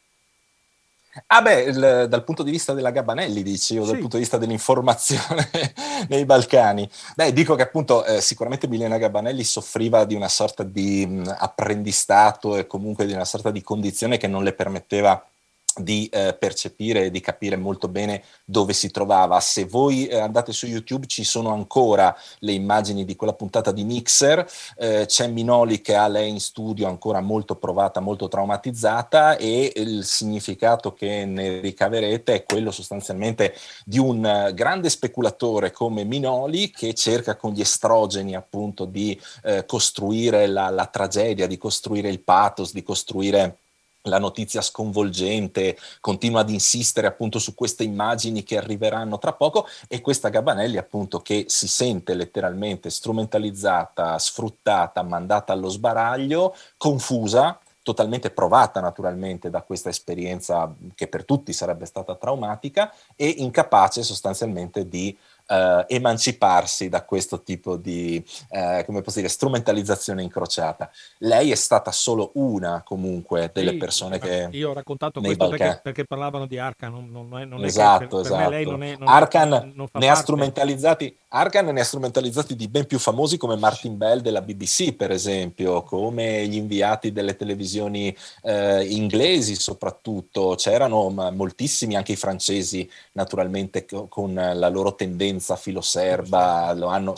Dal punto di vista della Gabanelli, dici, o dal Sì. punto di vista dell'informazione nei Balcani? Dico che appunto sicuramente Milena Gabanelli soffriva di una sorta di apprendistato e comunque di una sorta di condizione che non le permetteva di percepire e di capire molto bene dove si trovava. Se voi andate su YouTube ci sono ancora le immagini di quella puntata di Mixer, c'è Minoli che ha lei in studio ancora molto provata, molto traumatizzata, e il significato che ne ricaverete è quello sostanzialmente di un grande speculatore come Minoli che cerca con gli estrogeni appunto di costruire la tragedia, di costruire il pathos, di costruire la notizia sconvolgente, continua ad insistere appunto su queste immagini che arriveranno tra poco, e questa Gabanelli appunto che si sente letteralmente strumentalizzata, sfruttata, mandata allo sbaraglio, confusa, totalmente provata naturalmente da questa esperienza che per tutti sarebbe stata traumatica, e incapace sostanzialmente di emanciparsi da questo tipo di come posso dire, strumentalizzazione incrociata. Lei è stata solo una comunque delle persone che io ho raccontato nei questo Balcani. perché parlavano di Arcan, non è che Esatto, per me lei esatto. non fa parte. Arcan ne ha strumentalizzati di ben più famosi come Martin Bell della BBC, per esempio, come gli inviati delle televisioni inglesi soprattutto. C'erano moltissimi, anche i francesi naturalmente, con la loro tendenza filoserba, lo hanno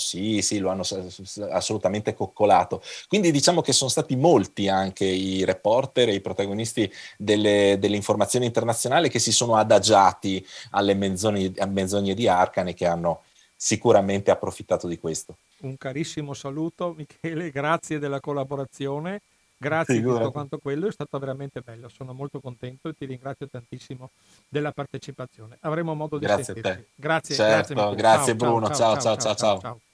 assolutamente coccolato. Quindi diciamo che sono stati molti anche i reporter e i protagonisti delle informazioni internazionali che si sono adagiati alle menzogne di Arcan e che hanno sicuramente approfittato di questo. Un carissimo saluto Michele, grazie della collaborazione, grazie di tutto Figurati. quanto quello, è stato veramente bello, sono molto contento e ti ringrazio tantissimo della partecipazione. Avremo modo di Grazie a sentirci. te. Grazie, Certo, Michele. grazie Ciao, Bruno, ciao ciao ciao ciao. ciao.